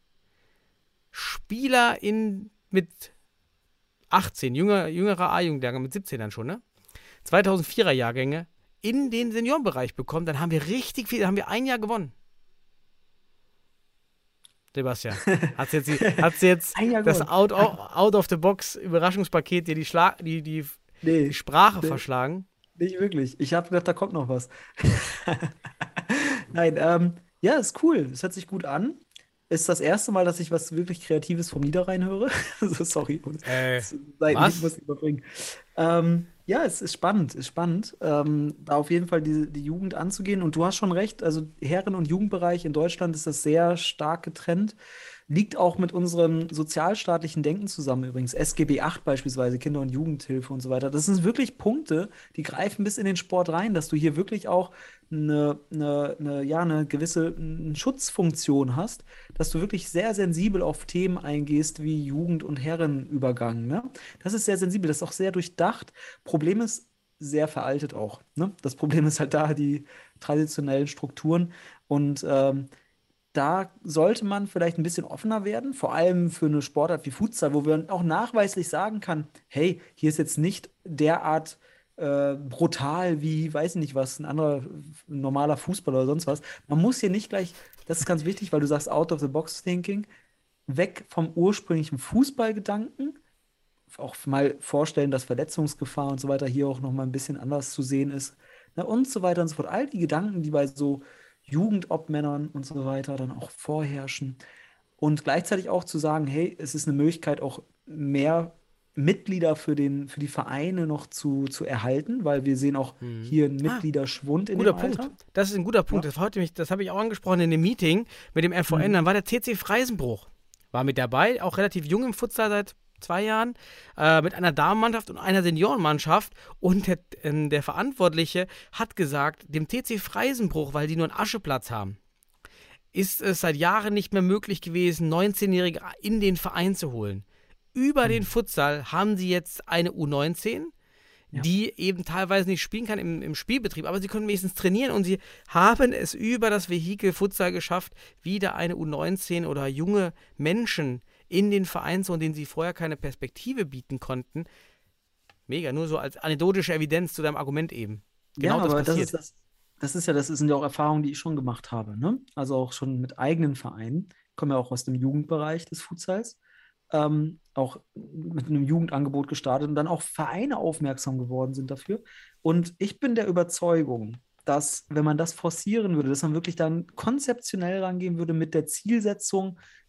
Spieler mit 18, jüngerer A-Jugendjahrgang mit 17 dann schon, ne? 2004er Jahrgänge in den Seniorenbereich bekommen, dann haben wir richtig viel, dann haben wir ein Jahr gewonnen. Sebastian, hat jetzt das Out-of-the-Box-Überraschungspaket dir die Sprache verschlagen? Nicht wirklich. Ich habe gedacht, da kommt noch was. Nein, ja, ist cool. Es hört sich gut an. Ist das erste Mal, dass ich was wirklich Kreatives vom Niederrhein höre. Also, sorry. Was? Muss ich überbringen. Ja, es ist spannend. Da auf jeden Fall die Jugend anzugehen. Und du hast schon recht, also Herren- und Jugendbereich in Deutschland ist das sehr stark getrennt. Liegt auch mit unserem sozialstaatlichen Denken zusammen übrigens. SGB 8 beispielsweise, Kinder- und Jugendhilfe und so weiter. Das sind wirklich Punkte, die greifen bis in den Sport rein, dass du hier wirklich auch eine gewisse Schutzfunktion hast, dass du wirklich sehr sensibel auf Themen eingehst wie Jugend- und Herrenübergang. Ne? Das ist sehr sensibel, das ist auch sehr durchdacht. Problem ist, sehr veraltet auch. Ne? Das Problem ist halt da die traditionellen Strukturen und da sollte man vielleicht ein bisschen offener werden, vor allem für eine Sportart wie Futsal, wo man auch nachweislich sagen kann, hey, hier ist jetzt nicht derart brutal wie, weiß ich nicht was, ein anderer normaler Fußball oder sonst was. Man muss hier nicht gleich, das ist ganz wichtig, weil du sagst Out-of-the-Box-Thinking, weg vom ursprünglichen Fußballgedanken, auch mal vorstellen, dass Verletzungsgefahr und so weiter hier auch noch mal ein bisschen anders zu sehen ist, ne, und so weiter und so fort. All die Gedanken, die bei so Jugendobmännern und so weiter dann auch vorherrschen. Und gleichzeitig auch zu sagen, hey, es ist eine Möglichkeit, auch mehr Mitglieder für die Vereine noch zu erhalten, weil wir sehen auch hier einen Mitgliederschwund in dem Alter. Punkt. Das ist ein guter Punkt. Ja. Das habe ich auch angesprochen in dem Meeting mit dem FVN. Dann war der TC Freisenbruch. War mit dabei, auch relativ jung im Futsal seit 2 Jahren, mit einer Damenmannschaft und einer Seniorenmannschaft. Und der Verantwortliche hat gesagt, dem TC Freisenbruch, weil die nur einen Ascheplatz haben, ist es seit Jahren nicht mehr möglich gewesen, 19-Jährige in den Verein zu holen. Über den Futsal haben sie jetzt eine U19, die eben teilweise nicht spielen kann im Spielbetrieb, aber sie können wenigstens trainieren und sie haben es über das Vehikel Futsal geschafft, wieder eine U19 oder junge Menschen in den Verein zu holen, denen sie vorher keine Perspektive bieten konnten. Mega, nur so als anekdotische Evidenz zu deinem Argument eben. Genau, ja, aber das passiert. das sind ja auch Erfahrungen, die ich schon gemacht habe, ne? Also auch schon mit eigenen Vereinen. Ich komme ja auch aus dem Jugendbereich des Futsals. Auch mit einem Jugendangebot gestartet und dann auch Vereine aufmerksam geworden sind dafür. Und ich bin der Überzeugung, dass, wenn man das forcieren würde, dass man wirklich dann konzeptionell rangehen würde mit der Zielsetzung,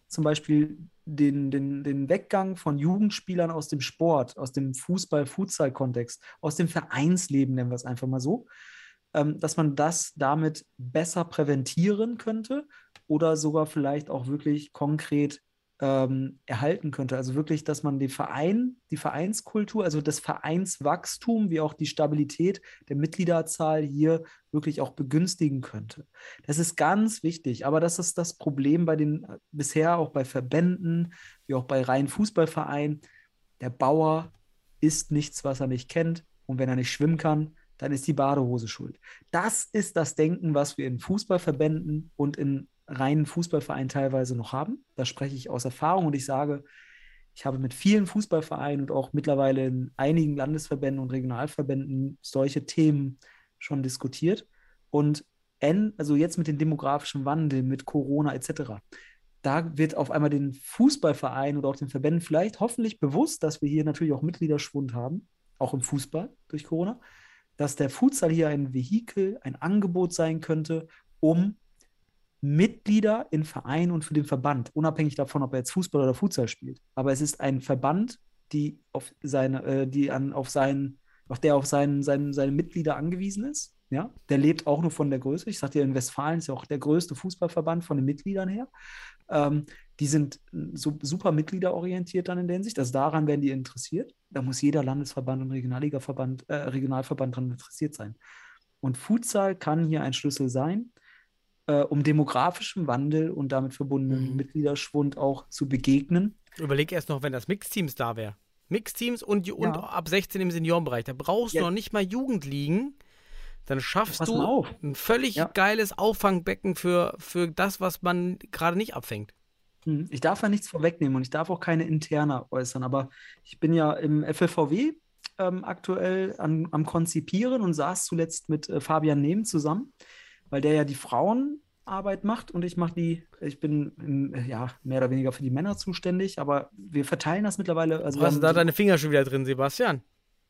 zum Beispiel den Weggang von Jugendspielern aus dem Sport, aus dem Fußball-Futsal-Kontext, aus dem Vereinsleben, nennen wir es einfach mal so, dass man das damit besser präventieren könnte oder sogar vielleicht auch wirklich konkret erhalten könnte. Also wirklich, dass man die Vereinskultur, also das Vereinswachstum, wie auch die Stabilität der Mitgliederzahl hier wirklich auch begünstigen könnte. Das ist ganz wichtig, aber das ist das Problem bei den bisher auch bei Verbänden, wie auch bei reinen Fußballvereinen. Der Bauer isst nichts, was er nicht kennt, und wenn er nicht schwimmen kann, dann ist die Badehose schuld. Das ist das Denken, was wir in Fußballverbänden und in reinen Fußballvereinen teilweise noch haben. Da spreche ich aus Erfahrung, und ich sage, ich habe mit vielen Fußballvereinen und auch mittlerweile in einigen Landesverbänden und Regionalverbänden solche Themen schon diskutiert. Und also jetzt mit dem demografischen Wandel, mit Corona etc., da wird auf einmal den Fußballvereinen oder auch den Verbänden vielleicht hoffentlich bewusst, dass wir hier natürlich auch Mitgliederschwund haben, auch im Fußball durch Corona, dass der Futsal hier ein Vehikel, ein Angebot sein könnte, um Mitglieder in Vereinen und für den Verband, unabhängig davon, ob er jetzt Fußball oder Futsal spielt. Aber es ist ein Verband, auf seine Mitglieder angewiesen ist. Ja? Der lebt auch nur von der Größe. Ich sagte ja, in Westfalen ist ja auch der größte Fußballverband von den Mitgliedern her. Die sind so super mitgliederorientiert dann in der Hinsicht. Also daran werden die interessiert. Da muss jeder Landesverband und Regionalverband daran interessiert sein. Und Futsal kann hier ein Schlüssel sein, um demografischem Wandel und damit verbundenen Mitgliederschwund auch zu begegnen. Überleg erst noch, wenn das Mixteams da wäre. Mixteams und ab 16 im Seniorenbereich. Da brauchst du noch nicht mal Jugendligen. Dann schaffst du ein völlig geiles Auffangbecken für das, was man gerade nicht abfängt. Ich darf ja nichts vorwegnehmen und ich darf auch keine Interna äußern, aber ich bin ja im FLVW aktuell am Konzipieren und saß zuletzt mit Fabian Nehm zusammen, weil der ja die Frauenarbeit macht und ich bin mehr oder weniger für die Männer zuständig, aber wir verteilen das mittlerweile. Also hast du da deine Finger schon wieder drin, Sebastian?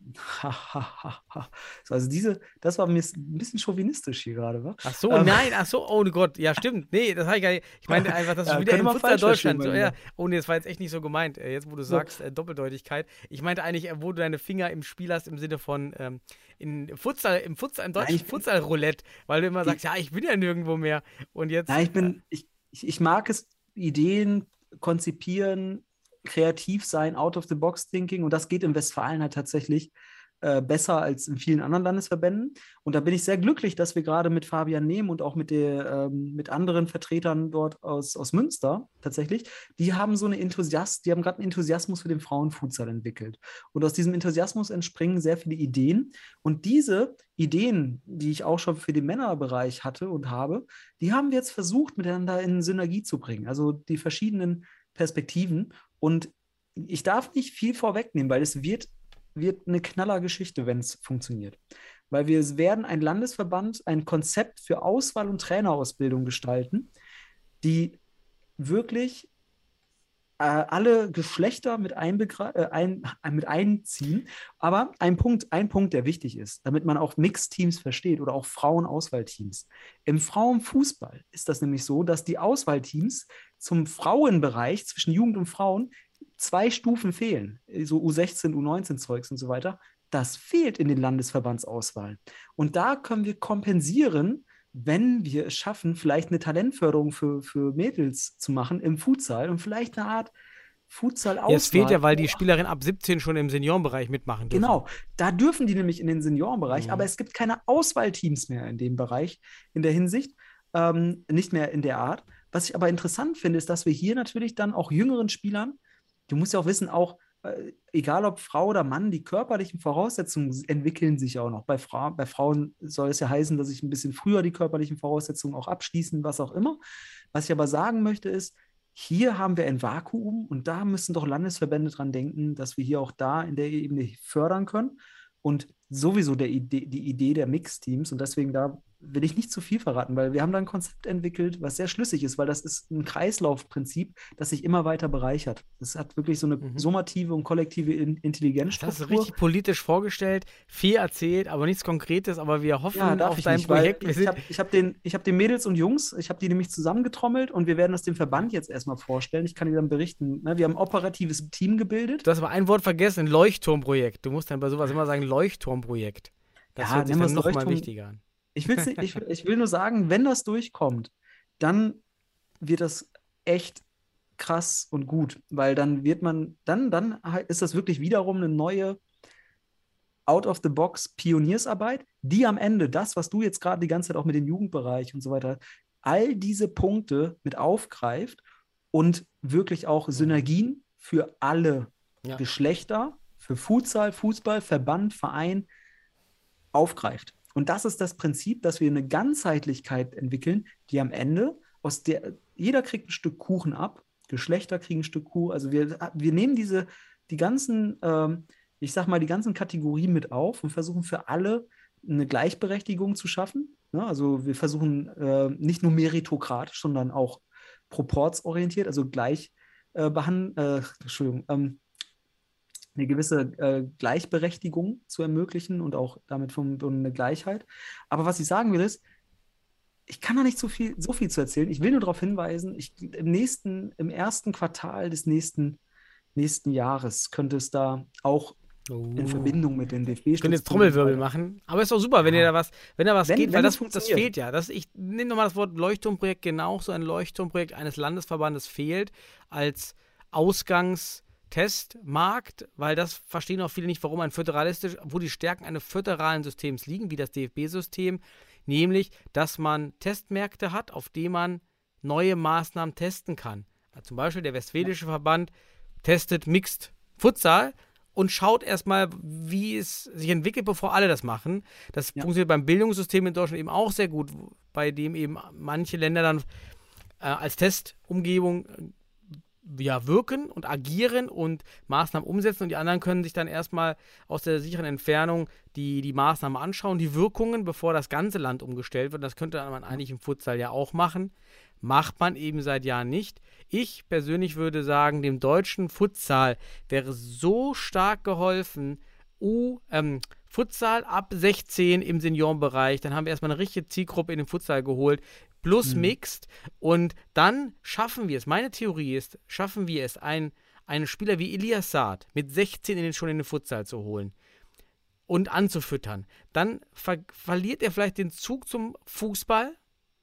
Also das war mir ein bisschen chauvinistisch hier gerade, wa? Ach so, nein, oh Gott, ja stimmt, nee, das habe ich gar nicht, ich meinte einfach, dass du wieder im Futsal Deutschland, nee, das war jetzt echt nicht so gemeint, jetzt wo du sagst, Doppeldeutigkeit, ich meinte eigentlich, wo du deine Finger im Spiel hast, im Sinne von im deutschen Futsal-Roulette, weil du immer sagst, ja, ich bin ja nirgendwo mehr und jetzt... Nein, ich mag es, Ideen konzipieren, kreativ sein, out-of-the-box-thinking, und das geht in Westfalen halt tatsächlich besser als in vielen anderen Landesverbänden. Und da bin ich sehr glücklich, dass wir gerade mit Fabian Nehm und auch mit anderen Vertretern dort aus Münster tatsächlich, die haben gerade einen Enthusiasmus für den Frauenfutsal entwickelt. Und aus diesem Enthusiasmus entspringen sehr viele Ideen. Und diese Ideen, die ich auch schon für den Männerbereich hatte und habe, die haben wir jetzt versucht, miteinander in Synergie zu bringen. Also die verschiedenen Perspektiven. Und ich darf nicht viel vorwegnehmen, weil es wird eine Knallergeschichte, wenn es funktioniert. Weil wir werden ein Landesverband, ein Konzept für Auswahl- und Trainerausbildung gestalten, die wirklich alle Geschlechter mit einziehen. Aber ein Punkt, der wichtig ist, damit man auch Mixteams versteht oder auch Frauenauswahlteams. Im Frauenfußball ist das nämlich so, dass die Auswahlteams zum Frauenbereich zwischen Jugend und Frauen 2 Stufen fehlen. So U16, U19-Zeugs und so weiter. Das fehlt in den Landesverbandsauswahlen. Und da können wir kompensieren, wenn wir es schaffen, vielleicht eine Talentförderung für Mädels zu machen im Futsal und vielleicht eine Art Futsal-Auswahl. Ja, es fehlt ja, weil die Spielerinnen ab 17 schon im Seniorenbereich mitmachen dürfen. Genau, da dürfen die nämlich in den Seniorenbereich, aber es gibt keine Auswahlteams mehr in dem Bereich, in der Hinsicht, nicht mehr in der Art. Was ich aber interessant finde, ist, dass wir hier natürlich dann auch jüngeren Spielern, du musst ja auch wissen, auch egal ob Frau oder Mann, die körperlichen Voraussetzungen entwickeln sich auch noch. Bei Frauen soll es ja heißen, dass sich ein bisschen früher die körperlichen Voraussetzungen auch abschließen, was auch immer. Was ich aber sagen möchte ist, hier haben wir ein Vakuum und da müssen doch Landesverbände dran denken, dass wir hier auch da in der Ebene fördern können. Und sowieso die Idee der Mixteams, und deswegen da will ich nicht zu viel verraten, weil wir haben da ein Konzept entwickelt, was sehr schlüssig ist, weil das ist ein Kreislaufprinzip, das sich immer weiter bereichert. Es hat wirklich so eine summative und kollektive Das hast du Intelligenzstruktur. richtig politisch vorgestellt, viel erzählt, aber nichts Konkretes, aber wir hoffen Ja, darf auf ich dein nicht, weil Projekt. Wir sind ich hab den Mädels und Jungs, ich habe die nämlich zusammengetrommelt und wir werden das dem Verband jetzt erstmal vorstellen. Ich kann dir dann berichten. Ne? Wir haben ein operatives Team gebildet. Du hast aber ein Wort vergessen, ein Leuchtturmprojekt. Du musst dann bei sowas immer sagen, Leuchtturmprojekt. Das Ja, hört sich nennen wir dann es nochmal Leuchtturm. wichtiger an. Ich will nur sagen, wenn das durchkommt, dann wird das echt krass und gut, weil dann ist das wirklich wiederum eine neue Out-of-the-Box Pioniersarbeit, die am Ende das, was du jetzt gerade die ganze Zeit auch mit dem Jugendbereich und so weiter, all diese Punkte mit aufgreift und wirklich auch Synergien für alle Ja. Geschlechter, für Futsal, Fußball, Verband, Verein aufgreift. Und das ist das Prinzip, dass wir eine Ganzheitlichkeit entwickeln, die am Ende aus der, jeder kriegt ein Stück Kuchen ab, Geschlechter kriegen ein Stück Kuchen, also wir nehmen die ganzen, ich sag mal, die ganzen Kategorien mit auf und versuchen für alle eine Gleichberechtigung zu schaffen. Ne? Also wir versuchen nicht nur meritokratisch, sondern auch proportsorientiert, also gleich eine gewisse Gleichberechtigung zu ermöglichen und auch damit eine Gleichheit. Aber was ich sagen will ist, ich kann da nicht so viel zu erzählen. Ich will nur darauf hinweisen, im ersten Quartal des nächsten Jahres könnte es da auch in Verbindung mit den DFB. Ich könnte jetzt Trommelwirbel machen, aber ist doch super, wenn da was geht, weil das fehlt ja. Ich nehme nochmal das Wort Leuchtturmprojekt, genau so ein Leuchtturmprojekt eines Landesverbandes fehlt als Ausgangstestmarkt, weil das verstehen auch viele nicht, warum wo die Stärken eines föderalen Systems liegen, wie das DFB-System, nämlich, dass man Testmärkte hat, auf denen man neue Maßnahmen testen kann. Zum Beispiel der Westfälische Verband testet Mixed Futsal und schaut erstmal, wie es sich entwickelt, bevor alle das machen. Das funktioniert beim Bildungssystem in Deutschland eben auch sehr gut, bei dem eben manche Länder dann als Testumgebung wirken und agieren und Maßnahmen umsetzen und die anderen können sich dann erstmal aus der sicheren Entfernung die Maßnahmen anschauen, die Wirkungen, bevor das ganze Land umgestellt wird. Das könnte man eigentlich im Futsal ja auch machen. Macht man eben seit Jahren nicht. Ich persönlich würde sagen, dem deutschen Futsal wäre so stark geholfen, Futsal ab 16 im Seniorenbereich, dann haben wir erstmal eine richtige Zielgruppe in den Futsal geholt, plus Mixed und dann schaffen wir es, meine Theorie ist, einen Spieler wie Elias Saad mit 16 schon in den Futsal zu holen und anzufüttern. Dann verliert er vielleicht den Zug zum Fußball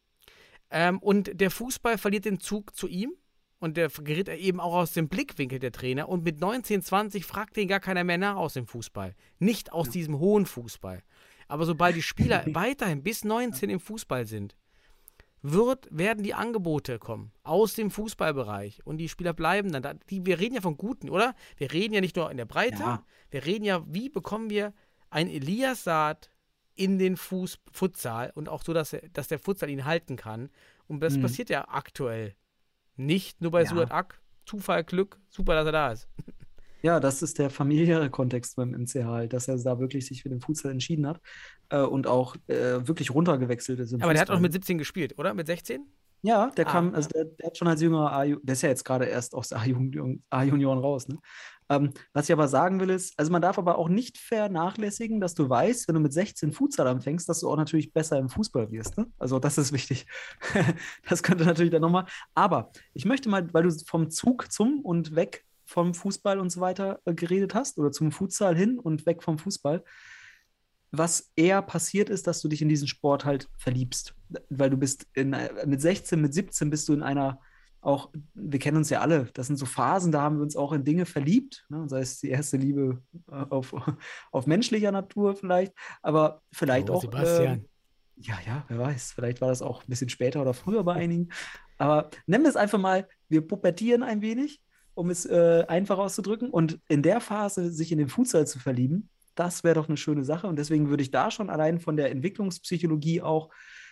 und der Fußball verliert den Zug zu ihm und der gerät eben auch aus dem Blickwinkel der Trainer und mit 19, 20 fragt den gar keiner mehr nach aus dem Fußball. Nicht aus diesem hohen Fußball. Aber sobald die Spieler weiterhin bis 19 im Fußball sind, werden die Angebote kommen aus dem Fußballbereich und die Spieler bleiben dann da. Wir reden ja von Guten, oder? Wir reden ja nicht nur in der Breite, wir reden ja, wie bekommen wir ein Elias Saad in den Futsal und auch so, dass der Futsal ihn halten kann. Und das passiert ja aktuell nicht nur bei Suat Ak. Zufall, Glück, super, dass er da ist. Ja, das ist der familiäre Kontext beim MCH, halt, dass er da wirklich sich für den Futsal entschieden hat und auch wirklich runtergewechselt ist. Aber der hat auch mit 17 gespielt, oder? Mit 16? Ja, der kam, also der hat schon als jüngerer der ist ja jetzt gerade erst aus der A-Junioren raus, ne? Was ich aber sagen will ist, also man darf aber auch nicht vernachlässigen, dass du weißt, wenn du mit 16 Futsal anfängst, dass du auch natürlich besser im Fußball wirst, ne? Also das ist wichtig. Das könnte natürlich dann nochmal, aber ich möchte mal, weil du vom Zug zum und weg vom Fußball und so weiter geredet hast oder zum Futsal hin und weg vom Fußball, was eher passiert ist, dass du dich in diesen Sport halt verliebst, weil du bist mit 16, mit 17 bist du in einer auch, wir kennen uns ja alle, das sind so Phasen, da haben wir uns auch in Dinge verliebt, ne? Sei es die erste Liebe auf menschlicher Natur vielleicht, aber vielleicht auch Sebastian. Ja, wer weiß, vielleicht war das auch ein bisschen später oder früher bei einigen, aber nennen wir es einfach mal, wir pubertieren ein wenig, um es einfach auszudrücken. Und in der Phase sich in den Futsal zu verlieben, das wäre doch eine schöne Sache. Und deswegen würde ich da schon allein von der Entwicklungspsychologie auch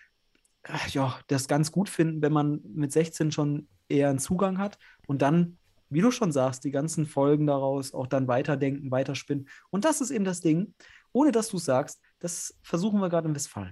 das ganz gut finden, wenn man mit 16 schon eher einen Zugang hat und dann, wie du schon sagst, die ganzen Folgen daraus auch dann weiterdenken, weiterspinnen. Und das ist eben das Ding, ohne dass du es sagst, das versuchen wir gerade in Westfalen.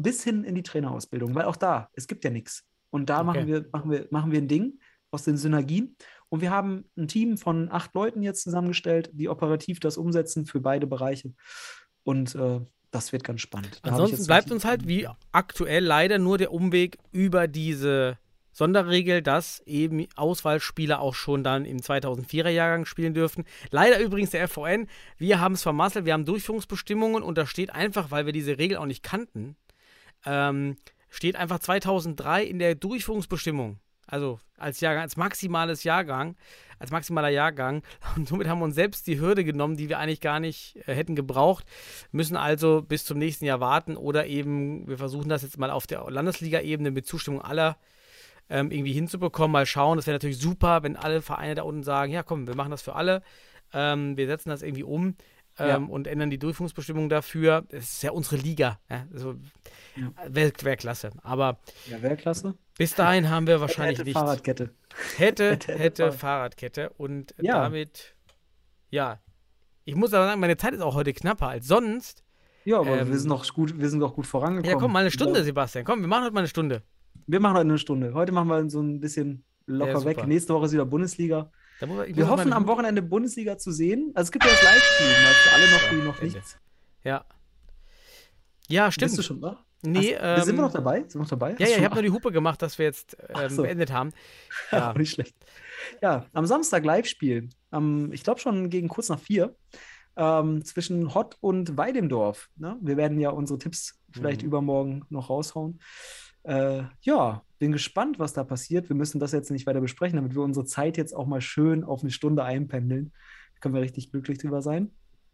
bis hin in die Trainerausbildung, weil auch da, es gibt ja nichts. Und da machen wir ein Ding aus den Synergien. Und wir haben ein Team von 8 Leuten jetzt zusammengestellt, die operativ das umsetzen für beide Bereiche. Und das wird ganz spannend. Ansonsten bleibt uns halt wie aktuell leider nur der Umweg über diese Sonderregel, dass eben Auswahlspieler auch schon dann im 2004er-Jahrgang spielen dürften. Leider übrigens der FVN, wir haben es vermasselt, wir haben Durchführungsbestimmungen und da steht einfach, weil wir diese Regel auch nicht kannten, steht einfach 2003 in der Durchführungsbestimmung. Also als Jahrgang, als maximaler Jahrgang. Und somit haben wir uns selbst die Hürde genommen, die wir eigentlich gar nicht hätten gebraucht. Müssen also bis zum nächsten Jahr warten oder eben, wir versuchen das jetzt mal auf der Landesliga-Ebene mit Zustimmung aller irgendwie hinzubekommen. Mal schauen, das wäre natürlich super, wenn alle Vereine da unten sagen, ja komm, wir machen das für alle. Wir setzen das irgendwie um. Und ändern die Durchführungsbestimmungen dafür. Das ist ja unsere Liga. Ja? Also, wäre klasse. Aber wäre klasse. Bis dahin haben wir wahrscheinlich hätte nicht. Fahrradkette. Hätte Fahrradkette. Und damit, ich muss aber sagen, meine Zeit ist auch heute knapper als sonst. Ja, aber wir sind doch gut vorangekommen. Ja, komm, mal eine Stunde, Sebastian. Komm, wir machen heute mal eine Stunde. Wir machen heute eine Stunde. Heute machen wir so ein bisschen locker weg. Nächste Woche ist wieder Bundesliga. Wir hoffen, am Wochenende Bundesliga zu sehen. Also es gibt ja das Livestream, für alle noch, die noch nichts. Ja. Ja, stimmt. Bist du schon da? Nee. Sind wir noch dabei? Ja, ich habe nur die Hupe gemacht, dass wir jetzt beendet haben. Ja, nicht schlecht. Ja, am Samstag Live-Spiel. Ich glaube schon gegen kurz nach 4. Zwischen Hott und Weidemdorf. Ne? Wir werden ja unsere Tipps vielleicht übermorgen noch raushauen. Bin gespannt, was da passiert. Wir müssen das jetzt nicht weiter besprechen, damit wir unsere Zeit jetzt auch mal schön auf eine Stunde einpendeln. Da können wir richtig glücklich drüber sein.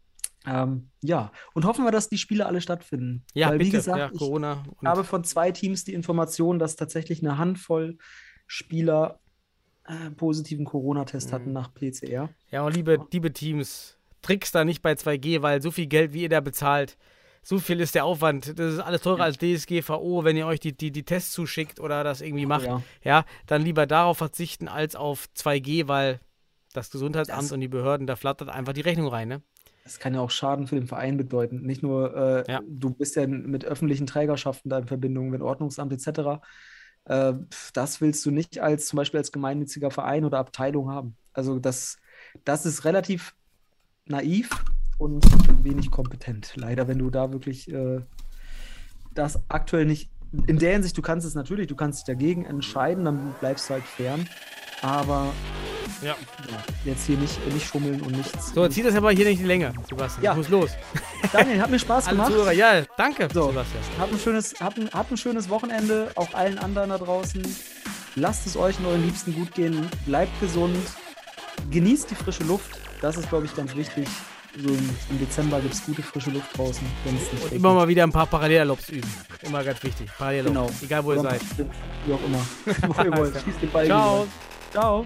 Und hoffen wir, dass die Spiele alle stattfinden. Ja, weil, bitte. Wie gesagt, Corona ich habe von 2 Teams die Information, dass tatsächlich eine Handvoll Spieler positiven Corona-Test hatten nach PCR. Ja, und liebe Teams, trickst da nicht bei 2G, weil so viel Geld, wie ihr da bezahlt, so viel ist der Aufwand. Das ist alles teurer als DSGVO, wenn ihr euch die Tests zuschickt oder das irgendwie macht. Ja, dann lieber darauf verzichten als auf 2G, weil das Gesundheitsamt und die Behörden, da flattert einfach die Rechnung rein, ne? Das kann ja auch Schaden für den Verein bedeuten. Nicht nur, du bist ja mit öffentlichen Trägerschaften da in Verbindung mit Ordnungsamt etc. Das willst du nicht zum Beispiel als gemeinnütziger Verein oder Abteilung haben. Also das ist relativ naiv und wenig kompetent. Leider, wenn du da wirklich das aktuell nicht, in der Hinsicht, du kannst dich dagegen entscheiden, dann bleibst du halt fern. Aber jetzt hier nicht schummeln und nichts. So, zieht das aber hier nicht in die Länge, Sebastian. Ja. Ich muss los. Daniel, hat mir Spaß gemacht. Ja, danke, Sebastian. Habt ein schönes Wochenende, auch allen anderen da draußen. Lasst es euch und euren Liebsten gut gehen. Bleibt gesund. Genießt die frische Luft. Das ist, glaube ich, ganz wichtig. So im Dezember gibt es gute frische Luft draußen. Und immer mal wieder ein paar Parallelalops üben. Immer ganz wichtig. Parallelalops. Genau. Egal, wo ihr seid. Wie auch immer. Wo ihr wollt. Schießt den Ball. Ciao. Wieder. Ciao.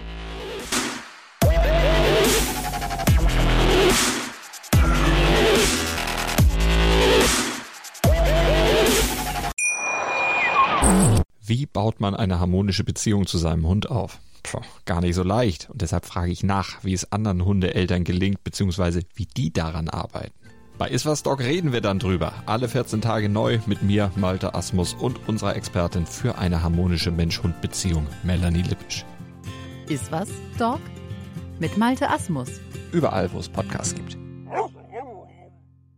Wie baut man eine harmonische Beziehung zu seinem Hund auf? Gar nicht so leicht. Und deshalb frage ich nach, wie es anderen Hundeeltern gelingt, beziehungsweise wie die daran arbeiten. Bei Iswas Dog reden wir dann drüber. Alle 14 Tage neu mit mir, Malte Asmus und unserer Expertin für eine harmonische Mensch-Hund-Beziehung, Melanie Lippisch. Iswas Dog mit Malte Asmus. Überall, wo es Podcasts gibt.